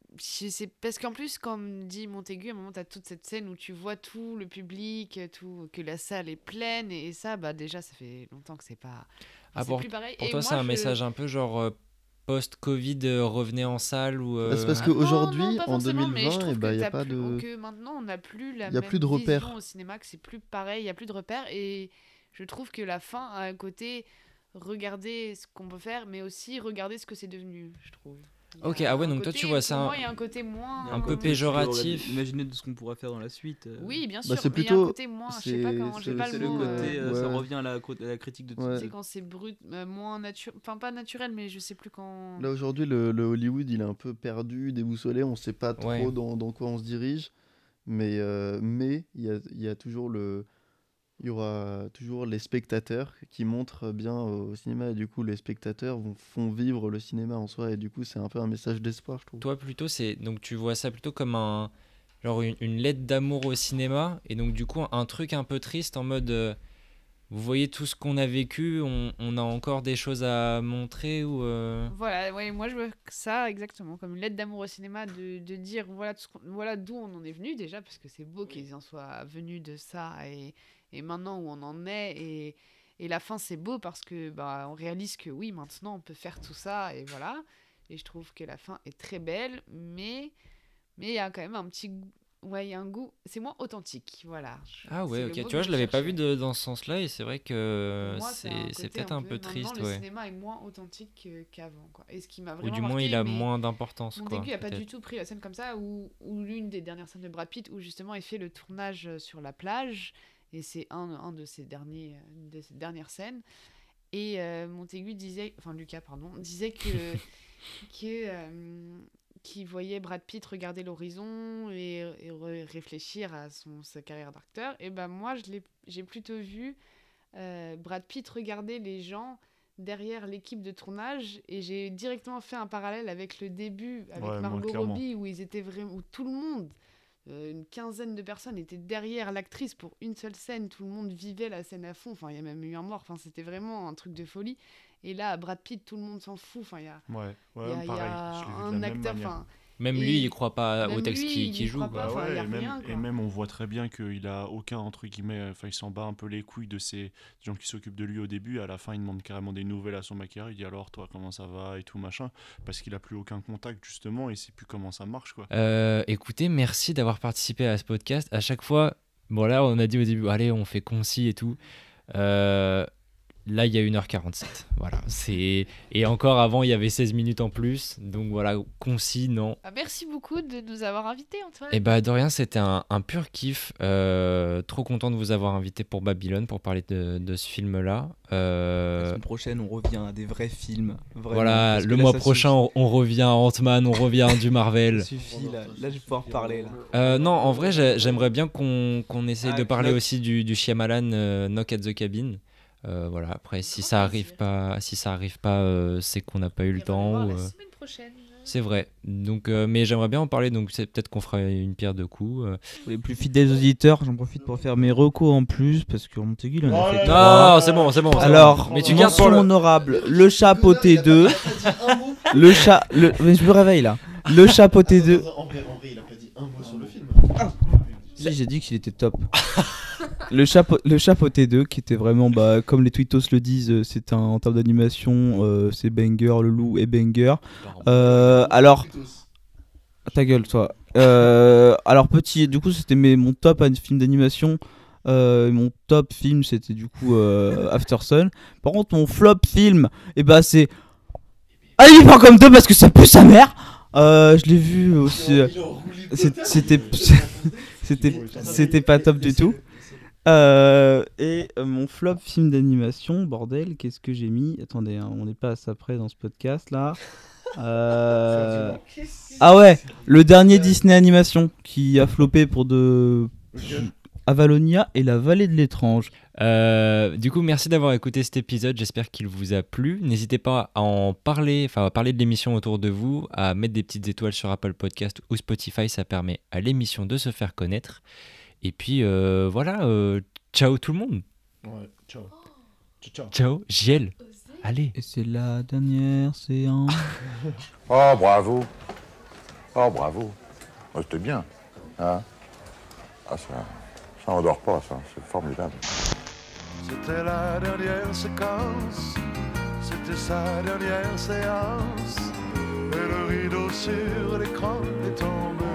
C'est parce qu'en plus, comme dit Montaigu, à un moment, tu as toute cette scène où tu vois tout le public, que la salle est pleine, et ça, bah déjà, ça fait longtemps que c'est pas. Ah, C'est plus pareil. pour Et toi, moi, c'est un message un peu genre post-Covid, revenez en salle ou. C'est parce Non, qu'aujourd'hui, non, pas en forcément, mais je 2020, trouve il n'y que a pas de. que maintenant, on n'a plus la Il y a même plus de repères. vision au cinéma, que c'est plus pareil, il n'y a plus de repères, et je trouve que la fin a un côté regarder ce qu'on peut faire, mais aussi regarder ce que c'est devenu, je trouve. Il y a Ok, ah ouais, un donc toi, côté- tu vois pour ça moi, il y a un côté moins. un peu péjoratif. Imaginez de ce qu'on pourrait faire dans la suite. Oui, bien sûr, Bah, c'est mais il y a un plutôt- côté moins. Je sais pas comment. J'ai pas C'est le le mot. côté, ouais. ça revient à la critique de tout Ouais. ça. C'est quand c'est brut, moins naturel. Enfin, pas naturel, mais je sais plus quand. Là aujourd'hui, le Hollywood, il est un peu perdu, déboussolé. On sait pas trop Ouais. dans quoi on se dirige, mais il y a toujours il y aura toujours les spectateurs qui montrent bien au cinéma, et du coup les spectateurs font vivre le cinéma en soi, et du coup c'est un peu un message d'espoir, je trouve. Toi, plutôt, donc tu vois ça plutôt comme genre une lettre d'amour au cinéma, et donc du coup, un truc un peu triste en mode. Vous voyez tout ce qu'on a vécu, on a encore des choses à montrer ou. Voilà, ouais, moi je vois ça exactement comme une lettre d'amour au cinéma, de dire voilà d'où on en est venu déjà, parce que c'est beau qu'ils en soient venus de ça, et maintenant où on en est, et la fin c'est beau parce que bah, on réalise que oui, maintenant on peut faire tout ça, et voilà. Et je trouve que la fin est très belle, mais il y a quand même un petit goût. Ouais, il y a un goût, c'est moins authentique, voilà. Ah ouais, C'est le ok. mot Tu que vois, je l'avais pas vu cherchais. dans ce sens-là, et c'est vrai que Pour moi, c'est un c'est côté peut-être un peu maintenant, triste, le ouais. cinéma est moins authentique qu'avant, quoi. Et ce qui m'a Ou vraiment du moins, marqué, il a mais moins d'importance, quoi. Montaigu a pas peut-être. du tout pris la scène comme ça, ou l'une des dernières scènes de Brad Pitt, où justement il fait le tournage sur la plage, et c'est un de ses dernières scènes. Et Montaigu disait, enfin Lucas, pardon, disait qu'il voyait Brad Pitt regarder l'horizon et réfléchir à sa carrière d'acteur. Et ben moi, j'ai plutôt vu Brad Pitt regarder les gens derrière l'équipe de tournage, et j'ai directement fait un parallèle avec le début, avec Ouais, moi, Margot clairement. Robbie, où ils étaient vraiment, où tout le monde, une quinzaine de personnes étaient derrière l'actrice pour une seule scène, tout le monde vivait la scène à fond, enfin il y a même eu un mort, enfin c'était vraiment un truc de folie. Et là, Brad Pitt, tout le monde s'en fout, enfin il y a, Ouais, il y a- il y pareil. a Je l'ai vu de un la même acteur, manière. enfin Même et lui, il croit pas au même texte lui, qui il y joue, croit quoi. pas. Enfin, y a et même, rien, quoi. et même on voit très bien qu'il a aucun, entre guillemets, enfin il s'en bat un peu les couilles de ces gens qui s'occupent de lui au début, à la fin il demande carrément des nouvelles à son maquilleur, il dit alors toi comment ça va et tout machin, parce qu'il a plus aucun contact justement, et il sait plus comment ça marche, quoi. Écoutez, merci d'avoir participé à ce podcast. À chaque fois, bon là, on a dit au début, allez, on fait concis et tout. Là, il y a 1h47. Voilà. Et encore avant, il y avait 16 minutes en plus. Donc voilà, concis, non. Ah, merci beaucoup de nous avoir invités, Antoine. Et bah, de rien, c'était un pur kiff. Trop content de vous avoir invité pour Babylone, pour parler de ce film-là. La semaine prochaine, on revient à des vrais films. Vraiment, Voilà, parce que le là, mois ça prochain, on revient à Ant-Man, on revient à du Marvel. Ça suffit, là. Là, je vais pouvoir parler, là. Non, en vrai, j'aimerais bien qu'on essaye de parler Knock. aussi du Shyamalan Knock at the Cabin. Voilà, après, si ça arrive pas, c'est qu'on n'a pas eu le temps. La ou, semaine prochaine. c'est vrai. Donc, mais j'aimerais bien en parler. Donc, c'est peut-être qu'on fera une pierre deux coups. Pour les plus fidèles auditeurs, j'en profite pour faire mes recos en plus, parce que Montaigu, il en a fait Non, trois. c'est bon, c'est bon. Alors, mais tu gardes mention pour le. honorable, le chapeauté 2. Mais je me réveille là. Le chapeauté 2. En vrai, il a pas dit un mot sur le film. Si, j'ai dit qu'il était top. Le chapeauté 2, qui était vraiment, bah, comme les tweetos le disent, c'est en termes d'animation, c'est banger, le loup est banger. Alors, ta gueule, toi. Alors, du coup, c'était mon top film d'animation. Mon top film, c'était du coup After Sun. Par contre, mon flop film, et bah, c'est Alibi comme 2 parce que ça pue sa mère. Je l'ai vu aussi. C'était pas top du tout. Et mon flop film d'animation, bordel, qu'est-ce que j'ai mis? Attendez, hein, on n'est pas à ça près dans ce podcast là. Ah ouais, le dernier Disney animation qui a floppé pour de Avalonia et la vallée de l'étrange. Du coup, merci d'avoir écouté cet épisode. J'espère qu'il vous a plu. N'hésitez pas à en parler, enfin à parler de l'émission autour de vous, à mettre des petites étoiles sur Apple Podcast ou Spotify. Ça permet à l'émission de se faire connaître. Et puis voilà, ciao tout le monde. Ouais, ciao. Ciao. Ciao, Giel. Allez. Et c'est la dernière séance. Oh, bravo. Oh, bravo. Oh, c'était bien. Hein? Ah, ça endort pas, ça. C'est formidable. C'était la dernière séquence, c'était sa dernière séance, et le rideau sur l'écran est tombé.